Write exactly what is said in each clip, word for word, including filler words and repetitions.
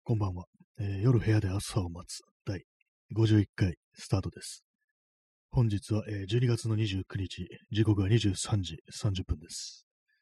こんばんは、えー夜部屋で朝を待つ第ごじゅういっかいスタートです。本日は、えーじゅうにがつのにじゅうくにち、時刻はにじゅうさんじさんじゅっぷんです。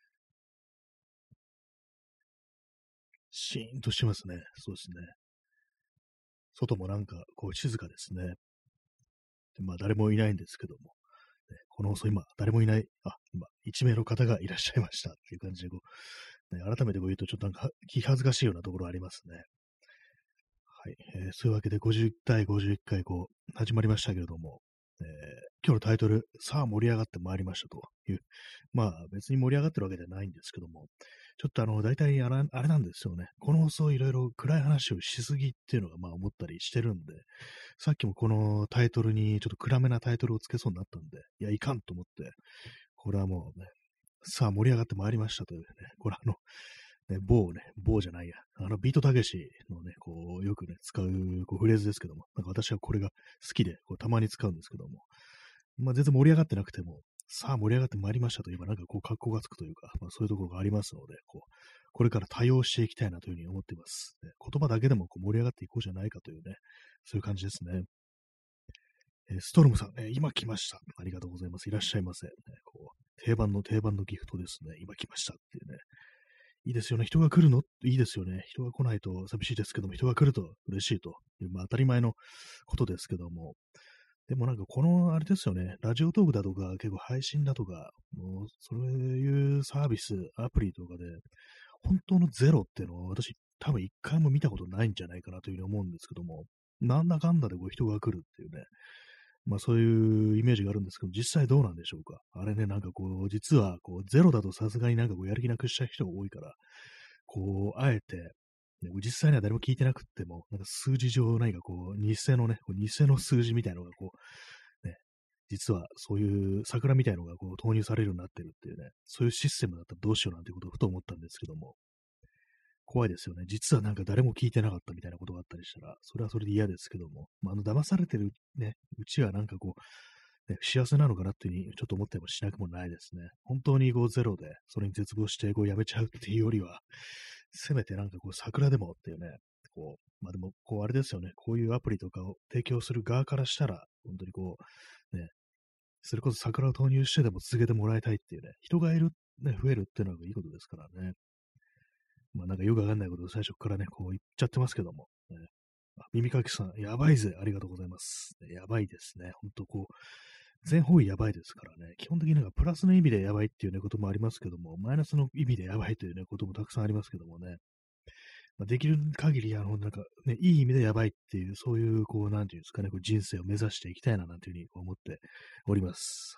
シーンとしてますね。そうですね。外もなんかこう静かですね。でまあ誰もいないんですけども、ねこの遅い今誰もいない、あ、今いち名の方がいらっしゃいましたっていう感じでこう、ね、改めてこう言うとちょっとなんか気恥ずかしいようなところありますね。はい、えーそういうわけでごじゅうだいごじゅういっかいこう始まりましたけれども、えー今日のタイトル、さあ盛り上がってまいりましたという、まあ別に盛り上がってるわけではないんですけども、ちょっとあの、大体あれあれなんですよね。この放送いろいろ暗い話をしすぎっていうのがまあ思ったりしてるんで、さっきもこのタイトルにちょっと暗めなタイトルをつけそうになったんで、いや、いかんと思って、これはもうね、さあ盛り上がってまいりましたというね、これあの、ね、某ね、某じゃないや、あのビートたけしのね、こう、よくね、使うこうフレーズですけども、なんか私はこれが好きで、こうたまに使うんですけども、まあ全然盛り上がってなくても、さあ盛り上がってまいりましたといえば、なんかこう格好がつくというか、まあそういうところがありますので、こう、これから多用していきたいなというふうに思っています。ね、言葉だけでもこう盛り上がっていこうじゃないかというね、そういう感じですね。えーストロムさん、えー今来ました。ありがとうございます。いらっしゃいませ。ね、こう定番の定番のギフトですね。今来ましたっていうね。いいですよね。人が来るのいいですよね。人が来ないと寂しいですけども、人が来ると嬉しいという、まあ当たり前のことですけども、でもなんかこのあれですよね、ラジオトークだとか、結構配信だとか、もうそういうサービス、アプリとかで、本当のゼロっていうのは私多分一回も見たことないんじゃないかなというふうに思うんですけども、なんだかんだでこう人が来るっていうね、まあそういうイメージがあるんですけど、実際どうなんでしょうか。あれね、なんかこう、実はこうゼロだとさすがになんかこうやる気なくしちゃう人が多いから、こう、あえて、ね、実際には誰も聞いてなくっても、なんか数字上何かこう、偽のね、こう偽の数字みたいなのがこう、ね、実はそういう桜みたいなのがこう投入されるようになってるっていうね、そういうシステムだったらどうしようなんてことをふと思ったんですけども、怖いですよね。実はなんか誰も聞いてなかったみたいなことがあったりしたら、それはそれで嫌ですけども、まあ、あの、騙されてるね、うちはなんかこう、ね、幸せなのかなっていうふうにちょっと思ったりもしなくもないですね。本当にこうゼロで、それに絶望してこうやめちゃうっていうよりは、せめてなんかこう桜でもっていうね、こう、まあでも、こうあれですよね、こういうアプリとかを提供する側からしたら、本当にこう、ね、それこそ桜を投入してでも続けてもらいたいっていうね、人がいる、ね、増えるっていうのはいいことですからね。まあなんかよくわかんないことを最初からね、こう言っちゃってますけども、ね、あ耳かきさん、やばいぜ、ありがとうございます。ねやばいですね。ほんとこう、全方位やばいですからね。基本的になんかプラスの意味でやばいっていうね、こともありますけども、マイナスの意味でやばいというね、こともたくさんありますけどもね。まあ、できる限り、あの、なんかね、いい意味でやばいっていう、そういう、こう、なんていうんですかね、こう人生を目指していきたいな、なんていうふうに思っております。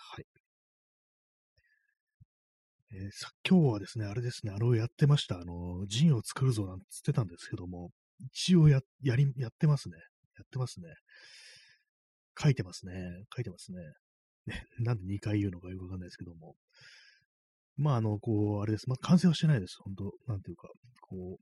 はい。えーさ、今日はですね、あれですね、あの、やってました。あの、ジンを作るぞなんて言ってたんですけども、一応や、やり、やってますね。やってますね。書いてますね。書いてますね。ね、なんでにかい言うのかよくわかんないですけども。まあ、あの、こう、あれです。まあ、完成はしてないです。本当なんていうか、こう、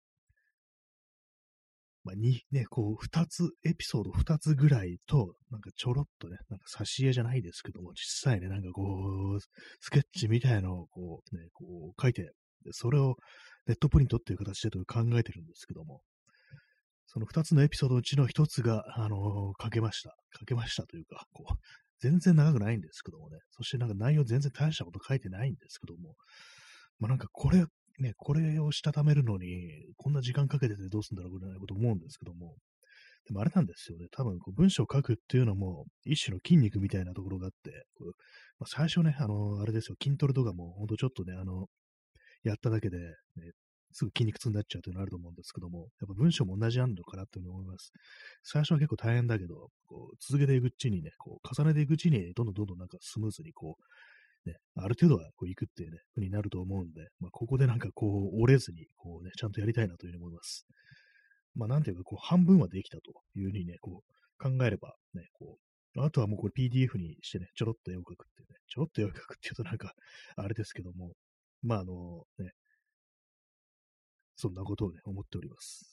まあ、に、ね、こう、二つ、エピソード二つぐらいと、なんかちょろっとね、なんか挿絵じゃないですけども、実際ね、なんかこう、スケッチみたいのをこう、ね、こう書いて、でそれをネットプリントっていう形でと考えてるんですけども、その二つのエピソードのうちの一つが、あのー書けました。書けましたというか、こう、全然長くないんですけどもね、そしてなんか内容全然大したこと書いてないんですけども、まあなんかこれ、ね、これをしたためるのに、こんな時間かけててどうすんだろうぐらいなこと思うんですけども、でもあれなんですよね。多分こう文章を書くっていうのも、一種の筋肉みたいなところがあって、こうまあ、最初ね、あの、あれですよ、筋トレとかも、ほんとちょっとね、あの、やっただけで、ね、すぐ筋肉痛になっちゃうというのがあると思うんですけども、やっぱ文章も同じなのかなっていうふうに思います。最初は結構大変だけど、こう続けていくうちにね、こう重ねていくうちに、どんどんどんどんなんかスムーズにこう、ね、ある程度はこういくっていうね、風になると思うんで、まあ、ここでなんかこう、折れずに、こうね、ちゃんとやりたいなというふうに思います。まあ、なんていうか、こう、半分はできたというふうにね、こう、考えれば、ね、こう、あとはもうこれ ピーディーエフ にしてね、ちょろっと絵を描くっていうね、ちょろっと絵を描くっていうとなんか、あれですけども、まあ、あの、ね、そんなことをね、思っております。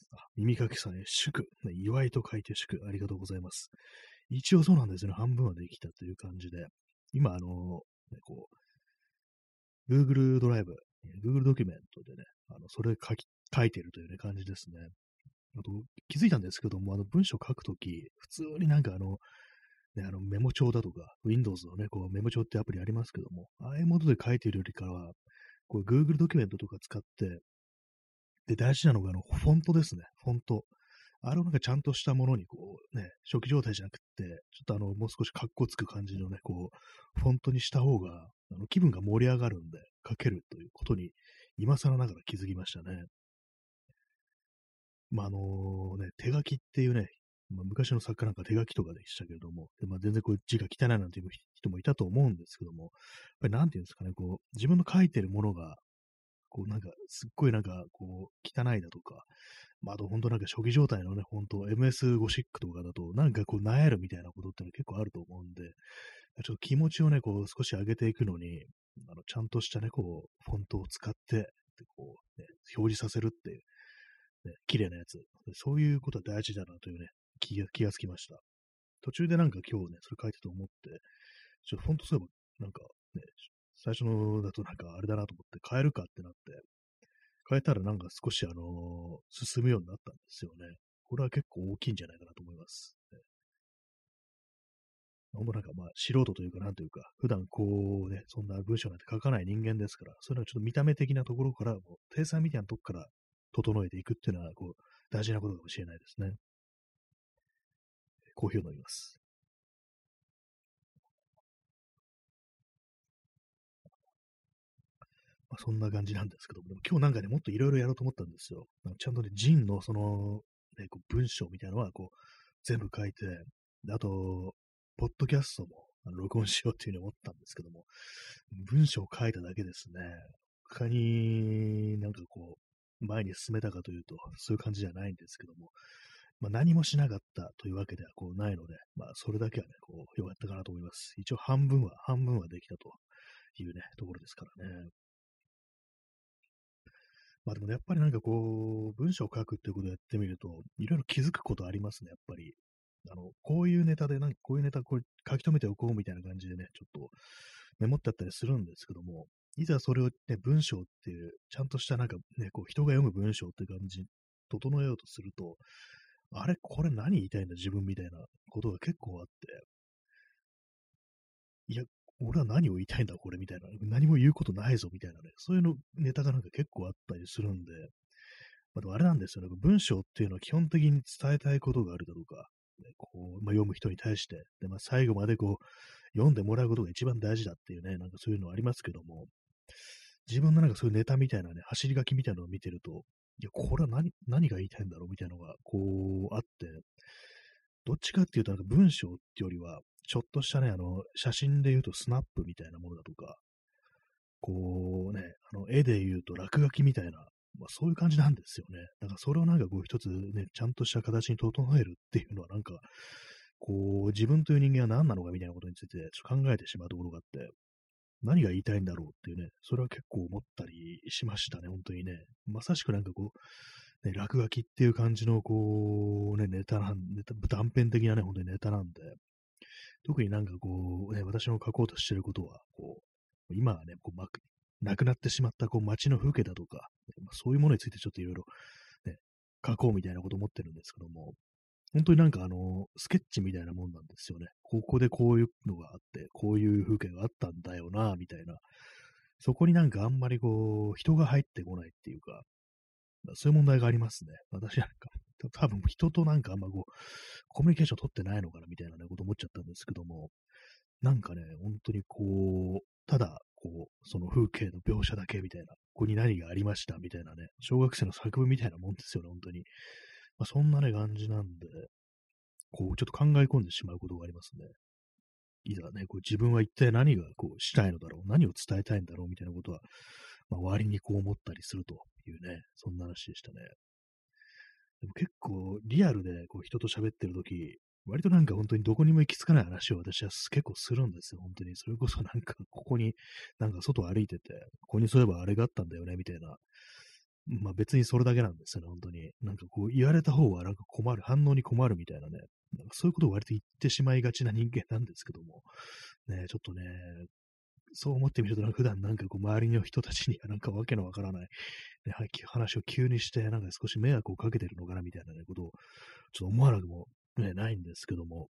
あ、耳かきさんね、祝、ね、祝いと書いて祝、ありがとうございます。一応そうなんですね、半分はできたという感じで、今、あの、ね、こう、Google ドライブ、Google ドキュメントでね、あの、それ書き、書いてるというね、感じですね。 あと、気づいたんですけども、あの、文章書くとき、普通になんかあの、ね、あの、メモ帳だとか、Windows のね、こう、メモ帳ってアプリありますけども、ああいうもので書いているよりかは、こう、Google ドキュメントとか使って、で、大事なのが、あの、フォントですね。フォント。あれをなんかちゃんとしたものに、こう、ね、初期状態じゃなくって、ちょっとあの、もう少し格好つく感じのね、こう、フォントにした方が、あの気分が盛り上がるんで、書けるということに、今更ながら気づきましたね。まあ、あのね、手書きっていうね、まあ、昔の作家なんか手書きとかでしたけれども、でまあ、全然こう字が汚いなんていう人もいたと思うんですけども、やっぱりなんていうんですかね、こう、自分の書いてるものが、こうなんか、すっごいなんか、こう、汚いだとか、まあ、あと本当なんか初期状態のね、本当 エムエス ゴシックとかだと、なんかこう、萎えるみたいなことってのは結構あると思うんで、ちょっと気持ちをね、こう、少し上げていくのに、あの、ちゃんとしたね、こう、フォントを使って、でこう、ね、表示させるっていう、ね、綺麗なやつ。そういうことは大事だなというね、気が、気がつきました。途中でなんか今日ね、それ書いてて思って、ちょっとフォントそういえば、なんかね、最初のだとなんかあれだなと思って変えるかってなって、変えたらなんか少しあのー進むようになったんですよね。これは結構大きいんじゃないかなと思います。ね、ほんとなんかまあ素人というかなんというか、普段こうね、そんな文章なんて書かない人間ですから、そういうのはちょっと見た目的なところから、もう、体裁みたいなとこから整えていくっていうのは、こう、大事なことかもしれないですね。コーヒーを飲みます。まあ、そんな感じなんですけども、でも今日なんかね、もっといろいろやろうと思ったんですよ。なんかちゃんとね、ジンのその、ね、こう文章みたいなのはこう、全部書いて、であと、ポッドキャストもあの録音しようっていうふうに思ったんですけども、文章を書いただけですね。他になんかこう、前に進めたかというと、そういう感じじゃないんですけども、まあ、何もしなかったというわけではこうないので、まあ、それだけはね、こう、良かったかなと思います。一応半分は、半分はできたというね、ところですからね。まあでもね、やっぱりなんかこう、文章を書くっていうことをやってみると、いろいろ気づくことありますね、やっぱり。あの、こういうネタで、なんかこういうネタこう書き留めておこうみたいな感じでね、ちょっとメモってあったりするんですけども、いざそれをね、文章っていう、ちゃんとしたなんかね、こう人が読む文章っていう感じに整えようとすると、あれ、これ何言いたいんだ自分みたいなことが結構あって、いや、俺は何を言いたいんだこれみたいな、何も言うことないぞみたいなね、そういうのネタがなんか結構あったりするんで、まあ、でもあれなんですよね。文章っていうのは基本的に伝えたいことがあるだとか、ね、こう、まあ、読む人に対して、で、まあ、最後までこう、読んでもらうことが一番大事だっていうね、なんかそういうのありますけども、自分のなんかそういうネタみたいなね、走り書きみたいなのを見てると、いや、これは何、何が言いたいんだろうみたいなのが、こう、あって、どっちかっていうと、なんか文章ってよりは、ちょっとしたね、あの、写真で言うとスナップみたいなものだとか、こうね、あの、絵で言うと落書きみたいな、まあ、そういう感じなんですよね。だからそれをなんかこう一つね、ちゃんとした形に整えるっていうのはなんか、こう、自分という人間は何なのかみたいなことについてちょっと考えてしまうところがあって、何が言いたいんだろうっていうね、それは結構思ったりしましたね、本当にね。まさしくなんかこう、ね、落書きっていう感じのこう、ね、ネタなん、ネタ、断片的なね、本当にネタなんで、特になんかこう、ね、私の書こうとしていることは、こう、今はね、こう、まく、なくなってしまったこう街の風景だとか、まあ、そういうものについてちょっといろいろね、書こうみたいなことを思ってるんですけども、本当になんかあの、スケッチみたいなもんなんですよね。ここでこういうのがあって、こういう風景があったんだよな、みたいな。そこになんかあんまりこう、人が入ってこないっていうか、まあそういう問題がありますね。私なんか、多分人となんかあんまこう、コミュニケーション取ってないのかなみたいなね、こと思っちゃったんですけども、なんかね、本当にこう、ただ、こう、その風景の描写だけみたいな、ここに何がありましたみたいなね、小学生の作文みたいなもんですよね、本当に。まあ、そんなね、感じなんで、こう、ちょっと考え込んでしまうことがありますね。いざね、こう自分は一体何がこうしたいのだろう、何を伝えたいんだろうみたいなことは、まあ、割にこう思ったりするというね、そんな話でしたね。でも結構リアルでこう人と喋ってるとき、割となんか本当にどこにも行き着かない話を私は結構するんですよ、本当に。それこそなんかここに、なんか外歩いてて、ここにそういえばあれがあったんだよね、みたいな。まあ別にそれだけなんですよね、本当に。なんかこう言われた方はなんか困る、反応に困るみたいなね。なんかそういうことを割と言ってしまいがちな人間なんですけども。ね、ちょっとね、 そう思ってみると、なんか普段なんかこう周りの人たちにはなんかわけのわからない、ね、は話を急にして、なんか少し迷惑をかけてるのかなみたいなね、ことをちょっと思わなくも、ね、ないんですけども、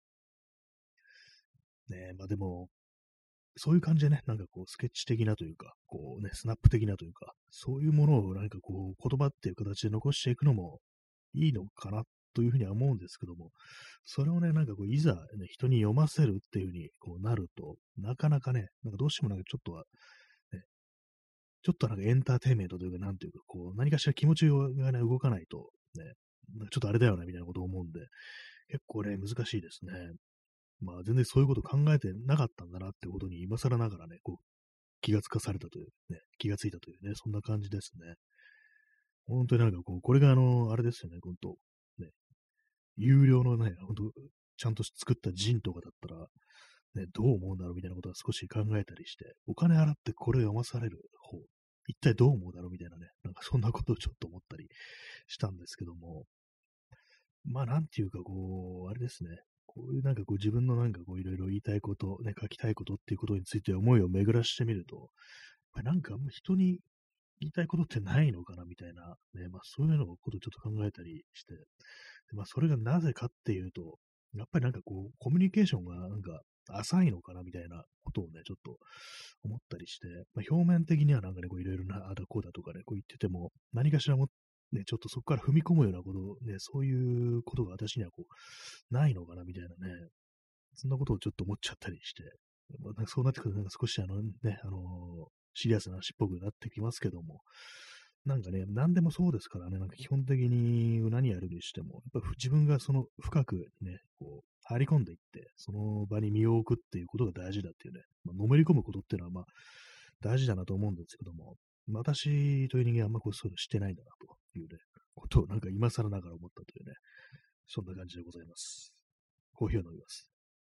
ね、まあでも、そういう感じでね、なんかこう、スケッチ的なというか、こうね、スナップ的なというか、そういうものをなんかこう、言葉っていう形で残していくのもいいのかなというふうには思うんですけども、それをね、なんかこう、いざ、ね、人に読ませるっていうふうにこうなると、なかなかね、なんかどうしてもなんかちょっとは、ね、ちょっとなんかエンターテインメントというか、なんていうか、こう、何かしら気持ちがね、動かないと、ね、なんかちょっとあれだよな、みたいなことを思うんで、結構ね、難しいですね。まあ、全然そういうこと考えてなかったんだなってことに今更ながらね、こう、気がつかされたという、ね、気がついたというね、そんな感じですね。本当になんかこう、これがあの、あれですよね、本当ね、有料のね、本当ちゃんと作ったジンとかだったら、ね、どう思うんだろうみたいなことは少し考えたりして、お金払ってこれを読まされる方、一体どう思うだろうみたいなね、なんかそんなことをちょっと思ったりしたんですけども、まあなんていうかこう、あれですね、こういうなんかこう自分のなんかこういろいろ言いたいこと、ね、書きたいことっていうことについて思いを巡らしてみると、やっぱりなんかあんま人に言いたいことってないのかなみたいな、ね、まあそういうのことをちょっと考えたりして、でまあそれがなぜかっていうと、やっぱりなんかこう、コミュニケーションがなんか浅いのかなみたいなことをね、ちょっと思ったりして、まあ、表面的にはなんかね、こういろいろなあだこうだとかね、こう言ってても、何かしらもね、ちょっとそこから踏み込むようなことをね、そういうことが私にはこう、ないのかなみたいなね、そんなことをちょっと思っちゃったりして、まあ、なんかそうなってくると、なんか少しあのね、あのーシリアスな話っぽくなってきますけども、なんかね、何でもそうですからね、なんか基本的に何やるにしても、やっぱ自分がその深くね、こう、入り込んでいって、その場に身を置くっていうことが大事だっていうね、まあのめり込むことっていうのは、まあ、大事だなと思うんですけども、私という人間はあんまこうそういうのしてないんだなというね、ことをなんか今更ながら思ったというね、そんな感じでございます。コーヒーを飲みます。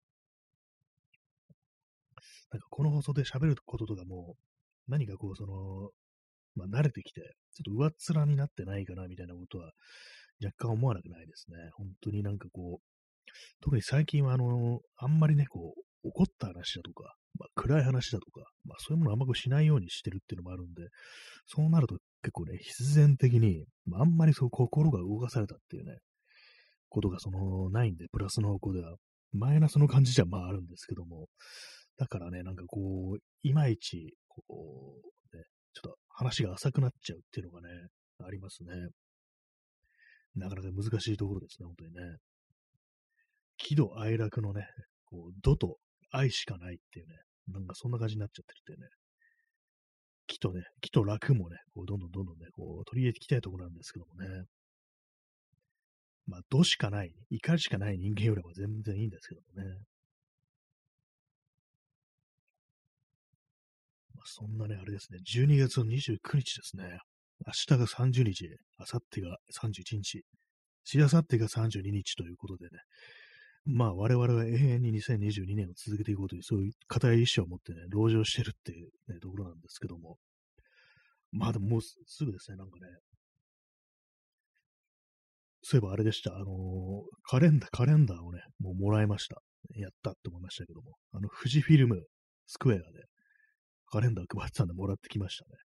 なんかこの放送で喋ることとかも、何かこう、その、まあ、慣れてきて、ちょっと上っ面になってないかなみたいなことは若干思わなくないですね。本当になんかこう、特に最近はあの、あんまりね、こう、怒った話だとか、まあ、暗い話だとか、まあ、そういうものをあんまこうしないようにしてるっていうのもあるんで、そうなると結構ね、必然的に、まあ、あんまりそう心が動かされたっていうね、ことがその、ないんで、プラスの方向では、マイナスの感じじゃまああるんですけども、だからね、なんかこう、いまいち、こう、ね、ちょっと話が浅くなっちゃうっていうのがね、ありますね。なかなか難しいところですね、本当にね。喜怒哀楽のね、こう、怒と愛しかないっていうね、なんかそんな感じになっちゃってるっていうね、喜とね、喜と楽もね、こう、どんどんどんどんね、こう、取り入れていきたいところなんですけどもね、まあ、怒しかない、怒りしかない人間よりは全然いいんですけどもね、まあ、そんなね、あれですね、じゅうにがつのにじゅうくにちですね、明日がさんじゅうにち、明後日がさんじゅういちにち、しあさってがさんじゅうににちということでね、まあ、我々は永遠ににせんにじゅうにねんを続けていこうという、そういう固い意志を持ってね、籠城してるっていう、ね、ところなんですけども、まあでももうすすぐですね、なんかね、そういえばあれでした、あのーカレンダー、カレンダーをね、もうもらいました。やったって思いましたけども、あの、富士フィルムスクエアでカレンダー配ってたんでもらってきましたね。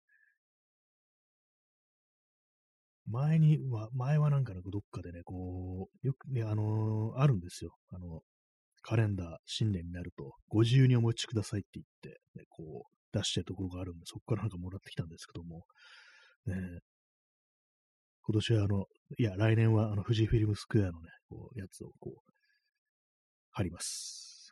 前には、前はなんかね、どっかでね、こう、よくね、あのーあるんですよ。あの、カレンダー、新年になると、ご自由にお持ちくださいって言って、ね、こう、出してるところがあるんで、そこからなんかもらってきたんですけども、ね、今年はあの、いや、来年はあの、富士フィルムスクエアのね、こう、やつをこう、貼ります。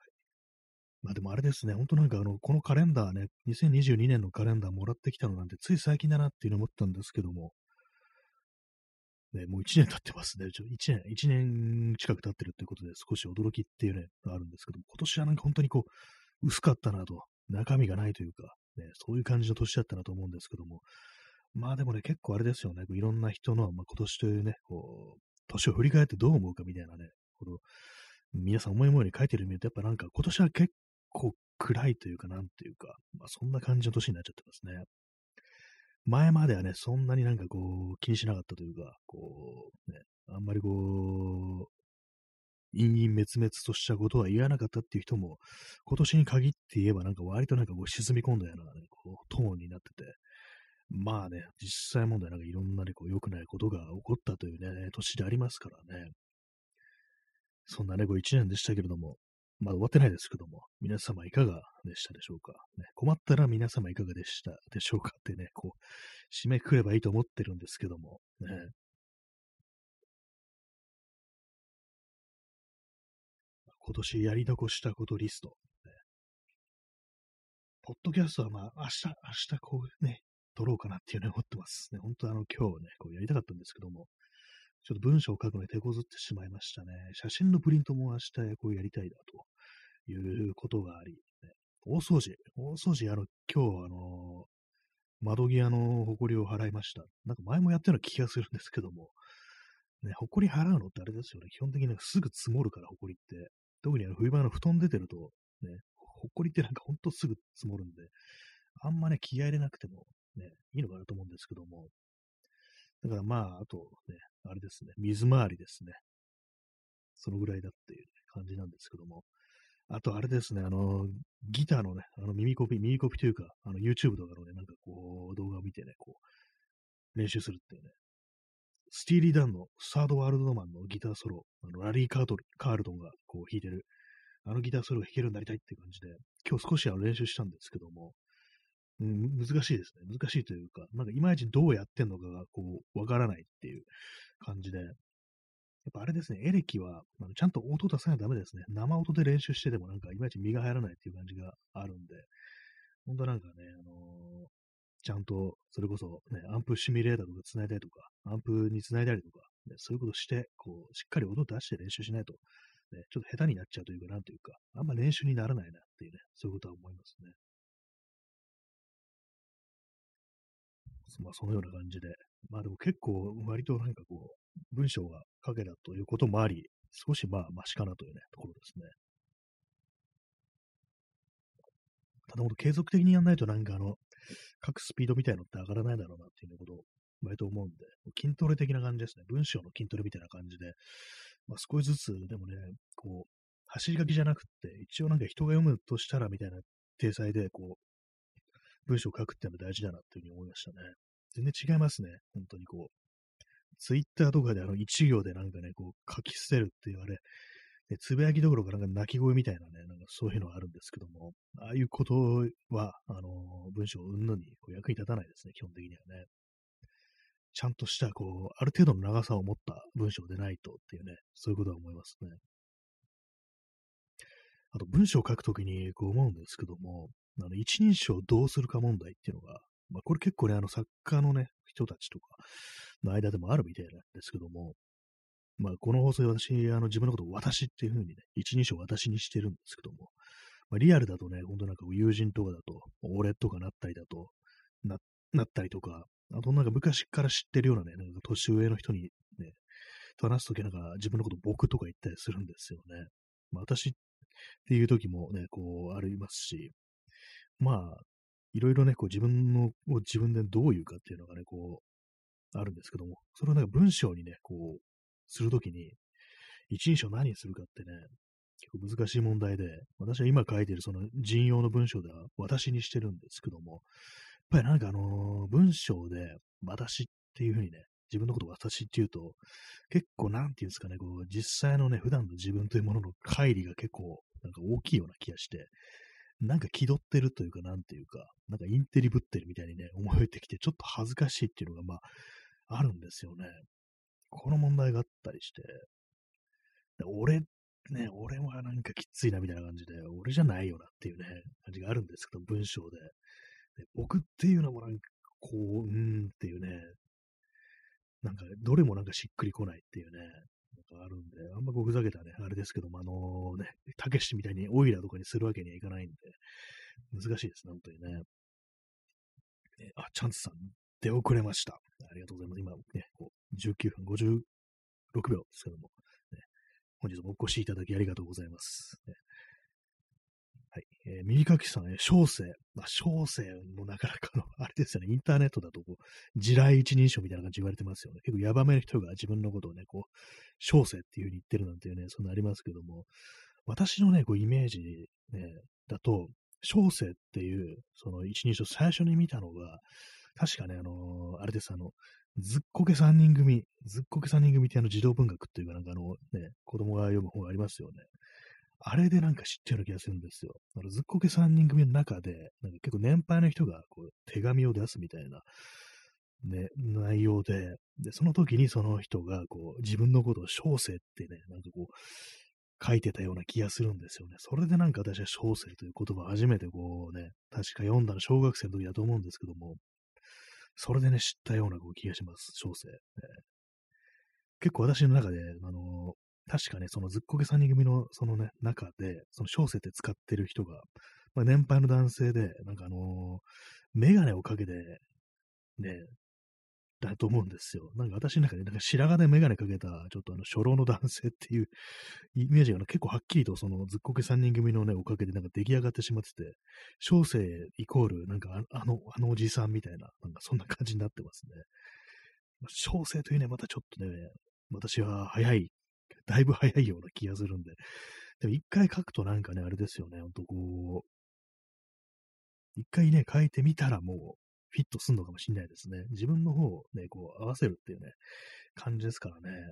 まあでもあれですね、ほんとなんかあの、このカレンダーね、にせんにじゅうにねんのカレンダーもらってきたのなんてつい最近だなっていうのを思ったんですけども、ね、もういちねん経ってますね。ちょいちねん、いちねん近く経ってるっていうことで少し驚きっていうね、があるんですけども、今年はなんか本当にこう、薄かったなと、中身がないというか、ね、そういう感じの年だったなと思うんですけども、まあでもね、結構あれですよね、こういろんな人の、まあ、今年というね、こう、年を振り返ってどう思うかみたいなね、この皆さん思い思いに書いてるの見ると、やっぱなんか今年は結構暗いというか、なんていうか、まあそんな感じの年になっちゃってますね。前まではね、そんなになんかこう、気にしなかったというか、こう、ね、あんまりこう、 陰々滅々としたことは言わなかったっていう人も、今年に限って言えばなんか割となんかこう沈み込んだような、ね、こうトーンになってて、まあね、実際問題なんかいろんなね、こう良くないことが起こったというね、年でありますからね。そんなね、こう一年でしたけれども、まだ終わってないですけども、皆様いかがでしたでしょうか。ね、困ったら皆様いかがでしたでしょうかってね、こう、締めくくればいいと思ってるんですけども、ね、今年やり残したことリスト。ね、ポッドキャストはまあ、明日、明日こうね、撮ろうかなっていうね、思ってますね。本当あの、今日ね、こうやりたかったんですけども、ちょっと文章を書くのに手こずってしまいましたね。写真のプリントも明日こうやりたいなということがあり、ね、大掃除、大掃除、あの、今日、あの、窓際の埃を払いました。なんか前もやったような気がするんですけども、ね、埃払うのってあれですよね。基本的にすぐ積もるから、埃って。特にあの冬場の布団出てると、ね、埃ってなんかほんとすぐ積もるんで、あんまね、気合い入れなくてもね、いいのかなと思うんですけども。だからまあ、あとね、あれですね、水回りですね。そのぐらいだっていう感じなんですけども。あとあれですね、あの、ギターのね、あの耳コピ、耳コピというか、あの YouTube とかのね、なんかこう、動画を見てね、こう、練習するっていうね。スティーリー・ダンのサードワールドマンのギターソロ、あのラリー・カートル、カールトンがこう弾いてる、あのギターソロが弾けるようになりたいっていう感じで、今日少しあの練習したんですけども、うん、難しいですね。難しいというか、なんかいまいちどうやってんのかがこう、わからないっていう感じで、やっぱあれですね、エレキは、あのちゃんと音出さないとダメですね。生音で練習しててもなんかいまいち身が入らないっていう感じがあるんで、本当なんかね、あのーちゃんと、それこそね、アンプシミュレーターとか繋いだりとか、アンプに繋いだりとか、ね、そういうことして、こう、しっかり音出して練習しないと、ね、ちょっと下手になっちゃうというか、なんというか、あんま練習にならないなっていうね、そういうことは思いますね。まあ、そのような感じで。まあでも結構、割となんかこう、文章が書けたということもあり、少しまあ、マシかなというね、ところですね。ただ、ほんと継続的にやんないとなんかあの、書くスピードみたいのって上がらないだろうなっていうことを、割と思うんで、筋トレ的な感じですね。文章の筋トレみたいな感じで、まあ、少しずつでもね、こう、走り書きじゃなくって、一応なんか人が読むとしたらみたいな体裁で、こう、文章を書くっていうのが大事だなっていうふうに思いましたね。全然違いますね。本当にこう、ツイッターとかであの一行でなんかね、こう書き捨てるって言われ、でつぶやきどころかなんか泣き声みたいなね、なんかそういうのがあるんですけども、ああいうことは、あの文章を生むのにこう役に立たないですね、基本的にはね。ちゃんとした、こう、ある程度の長さを持った文章でないとっていうね、そういうことは思いますね。あと文章を書くときにこう思うんですけども、あの一人称どうするか問題っていうのが、まあ、これ結構ね、あの作家のね、人たちとかの間でもあるみたいなんですけども、まあ、この放送で私、あの自分のことを私っていうふうにね、一人称私にしてるんですけども、まあ、リアルだとね、ほんとなんか友人とかだと、俺とかなったりだと、な、なったりとか、あとなんか昔から知ってるようなね、なんか年上の人にね、と話すときなんか自分のこと僕とか言ったりするんですよね。まあ、私っていう時もね、こう、ありますし、まあ、いろいろね、こう自分のを自分でどう言うかっていうのがね、こう、あるんですけども、それをなんか文章にね、こう、するときに、一人称何にするかってね、結構難しい問題で、私は今書いているその人用の文章では私にしてるんですけども、やっぱりなんかあのー文章で私っていうふうにね、自分のことを私っていうと、結構なんていうんですかね、こう、実際のね、普段の自分というものの乖離が結構なんか大きいような気がして、なんか気取ってるというか、なんていうか、なんかインテリぶってるみたいにね、思えてきて、ちょっと恥ずかしいっていうのが、まあ、あるんですよね。この問題があったりして、で俺、ね、俺はなんかきついなみたいな感じで、俺じゃないよなっていうね、感じがあるんですけど、文章で。で僕っていうのもなんか、こう、うーんっていうね、なんか、どれもなんかしっくりこないっていうね、なんかあるんで、あんまこうふざけたね、あれですけども、あのね、たけしみたいにオイラとかにするわけにはいかないんで、難しいですね、本当にね。えあ、チャンスさん、出遅れました。ありがとうございます。今ね、こうじゅうきゅうふんごじゅうろくびょうですけども、ね、本日もお越しいただきありがとうございます。ね、はい。 えー耳かきさん、えー小生。まあ、小生もなかなかの、あれですよね、インターネットだとこう、地雷一人称みたいな感じで言われてますよね。結構ヤバめの人が自分のことをね、こう、小生っていう風に言ってるなんていうね、そんなありますけども、私のね、こう、イメージ、ね、だと、小生っていう、その一人称、最初に見たのが、確かね、あのーあれです、あの、ずっこけ三人組、ずっこけ三人組ってあの児童文学っていうかなんかあのね、子供が読む本がありますよね。あれでなんか知ったような気がするんですよ。あのずっこけ三人組の中で、なんか結構年配の人がこう手紙を出すみたいな、ね、内容で、で、その時にその人がこう自分のことを小生ってね、なんかこう書いてたような気がするんですよね。それでなんか私は小生という言葉を初めてこうね、確か読んだの小学生の時だと思うんですけども、それでね、知ったようなこう気がします、小生。結構私の中で、あの、確かね、そのずっこけ三人組のそのね、中で、その小生って使ってる人が、まあ、年配の男性で、なんかあのメガネをかけて、ね、だと思うんですよ。なんか私の中で、なんか白髪でメガネかけた、ちょっとあの、初老の男性っていうイメージが、ね、結構はっきりとそのずっこけ三人組のね、おかげでなんか出来上がってしまってて、小生イコール、なんかああの、あのおじさんみたいな、なんかそんな感じになってますね。小生というね、またちょっとね、私は早い、だいぶ早いような気がするんで、でも一回書くとなんかね、あれですよね、ほんとこう、一回ね、書いてみたらもう、フィットすんのかもしんないですね。自分の方をね、こう合わせるっていうね、感じですからね。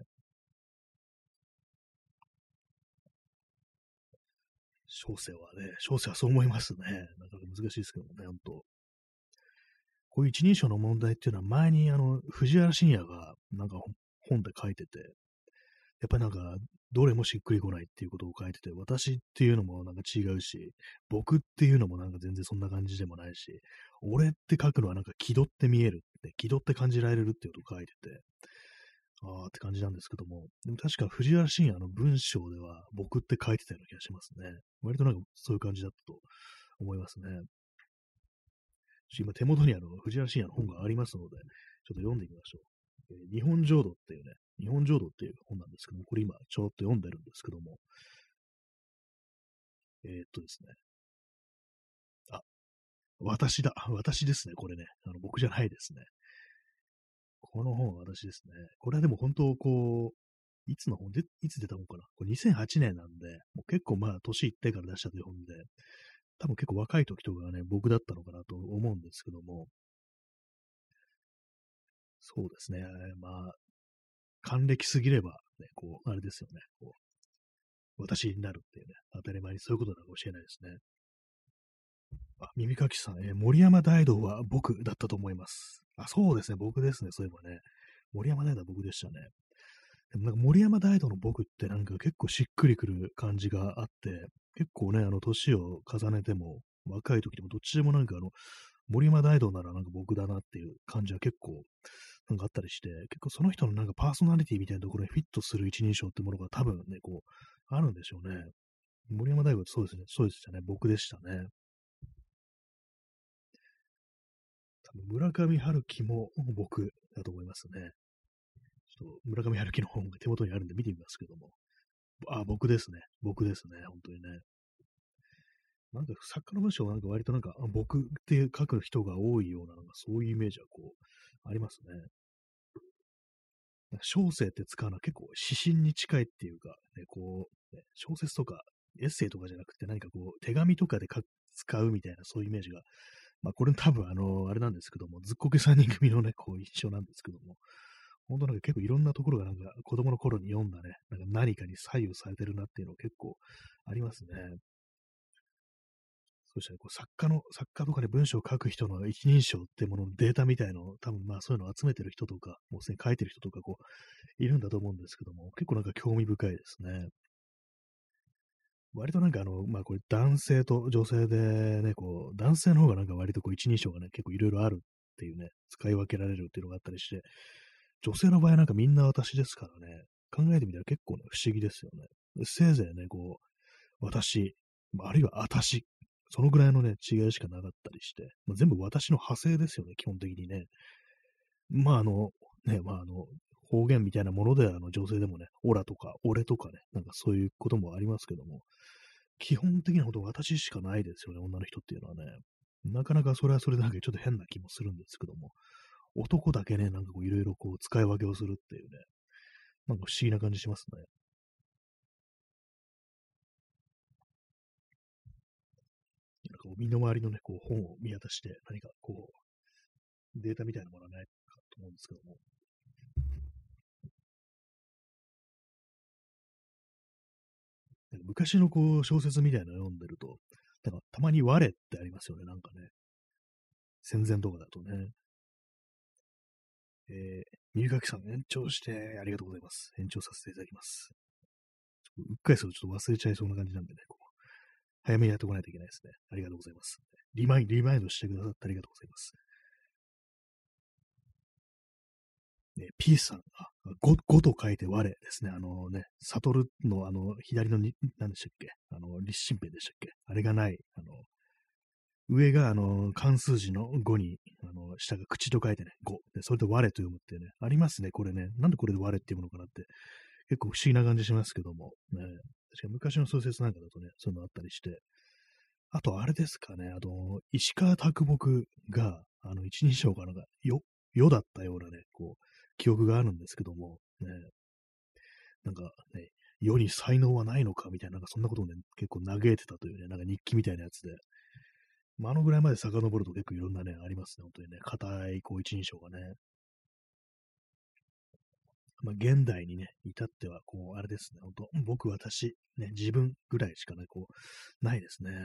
小生はね、小生はそう思いますね。なかなか難しいですけどもね、ほんと。こういう一人称の問題っていうのは前にあの、藤原信也がなんか本で書いてて、やっぱりなんか、どれもしっくりこないっていうことを書いてて、私っていうのもなんか違うし、僕っていうのもなんか全然そんな感じでもないし、俺って書くのはなんか気取って見えるって、気取って感じられるっていうことを書いてて、あーって感じなんですけども、でも確か藤原信也の文章では僕って書いてたような気がしますね。割となんかそういう感じだったと思いますね。今手元にあの藤原信也の本がありますので、ちょっと読んでみましょう。えー日本浄土っていうね、日本浄土っていう本なんですけども、これ今ちょろっと読んでるんですけども、えーっとですね。あ、私だ。私ですね、これね。あの、僕じゃないですね。この本は私ですね。これはでも本当、こう、いつの本で、いつ出た本かな。これにせんはちねんなんで、もう結構まあ、年いってから出したという本で、多分結構若い時とかがね、僕だったのかなと思うんですけども、そうですね。まあ、還暦すぎれば、ね、こう、あれですよね。こう私になるっていうね、当たり前にそういうことなのかもしれないですね。あ、耳かきさん、えー森山大道は僕だったと思います。あ、そうですね、僕ですね、そういえばね。森山大道は僕でしたね。でもなんか森山大道の僕ってなんか結構しっくりくる感じがあって、結構ね、あの、年を重ねても、若い時でもどっちでもなんかあの、森山大道ならなんか僕だなっていう感じは結構なんかあったりして、結構その人のなんかパーソナリティみたいなところにフィットする一人称ってものが多分ね、こう、あるんでしょうね。森山大悟ってそうですね、そうでしたね、僕でしたね。多分村上春樹も僕だと思いますね。ちょっと村上春樹の本が手元にあるんで見てみますけども。あ、僕ですね。僕ですね。本当にね。なんか作家の文章はなんか割となんか、あ僕って書く人が多いような、なんかそういうイメージはこう、ありますね。なんか小生って使うのは結構指針に近いっていうか、ね、こう、ね、小説とかエッセイとかじゃなくて何かこう、手紙とかで書く使うみたいなそういうイメージが、まあこれ多分あの、あれなんですけども、ずっこけさんにん組のね、こう印象なんですけども、本当なんか結構いろんなところがなんか子供の頃に読んだね、なんか何かに左右されてるなっていうの結構ありますね。そしてね、こう作家の、作家とかで文章を書く人の一人称っていうもののデータみたいのを多分まあそういうのを集めてる人とか、もうすでに書いてる人とかこういるんだと思うんですけども、結構なんか興味深いですね。割となんかあの、まあこれ男性と女性でね、こう男性の方がなんか割とこう一人称がね、結構いろいろあるっていうね、使い分けられるっていうのがあったりして、女性の場合はなんかみんな私ですからね、考えてみたら結構ね、不思議ですよね。せいぜいね、こう、私、あるいはあたし、そのぐらいのね、違いしかなかったりして、まあ、全部私の派生ですよね、基本的にね。まああの、ね、まああの、方言みたいなもので、あの女性でもね、オラとか、俺とかね、なんかそういうこともありますけども、 基本的には本当私しかないですよね、女の人っていうのはね。なかなかそれはそれでなんかちょっと変な気もするんですけども、男だけね、なんかこういろいろこう使い分けをするっていうね、なんか不思議な感じしますね。なんかこう身の回りのね、こう本を見渡して、何かこうデータみたいなものはないかと思うんですけども、なんか昔のこう小説みたいなの読んでると、なんかたまに我ってありますよね、なんかね。戦前とかだとね。えー、耳かきさん延長してありがとうございます。延長させていただきます。うっかりするとちょっと忘れちゃいそうな感じなんでね、こう早めにやっておかないといけないですね。ありがとうございます。リマイン、リマインドしてくださってありがとうございます。ね、P さん、あ、ご、ごと書いて我ですね。あのね、サトルのあの、左のに、何でしたっけあの、立身弁でしたっけあれがない。あの、上があの、漢数字のごに、あの、下が口と書いてね、ご。で、それで我と読むってね、ありますね、これね。なんでこれで我って読むのかなって、結構不思議な感じしますけども、ね。確かに昔の小説なんかだとね、そういうのあったりして、あと、あれですかね、あの、石川啄木が、あの、一人称がなんか、よ、よだったようなね、こう、記憶があるんですけども、ね、なんかね、世に才能はないのかみたいな、なんかそんなことをね、結構嘆いてたというね、なんか日記みたいなやつで、まあ、あのぐらいまで遡ると結構いろんなね、ありますね、本当にね、硬い、こう、一人称がね。まあ、現代にね、至っては、こう、あれですね、本当僕、私、ね、自分ぐらいしかね、こう、ないですね。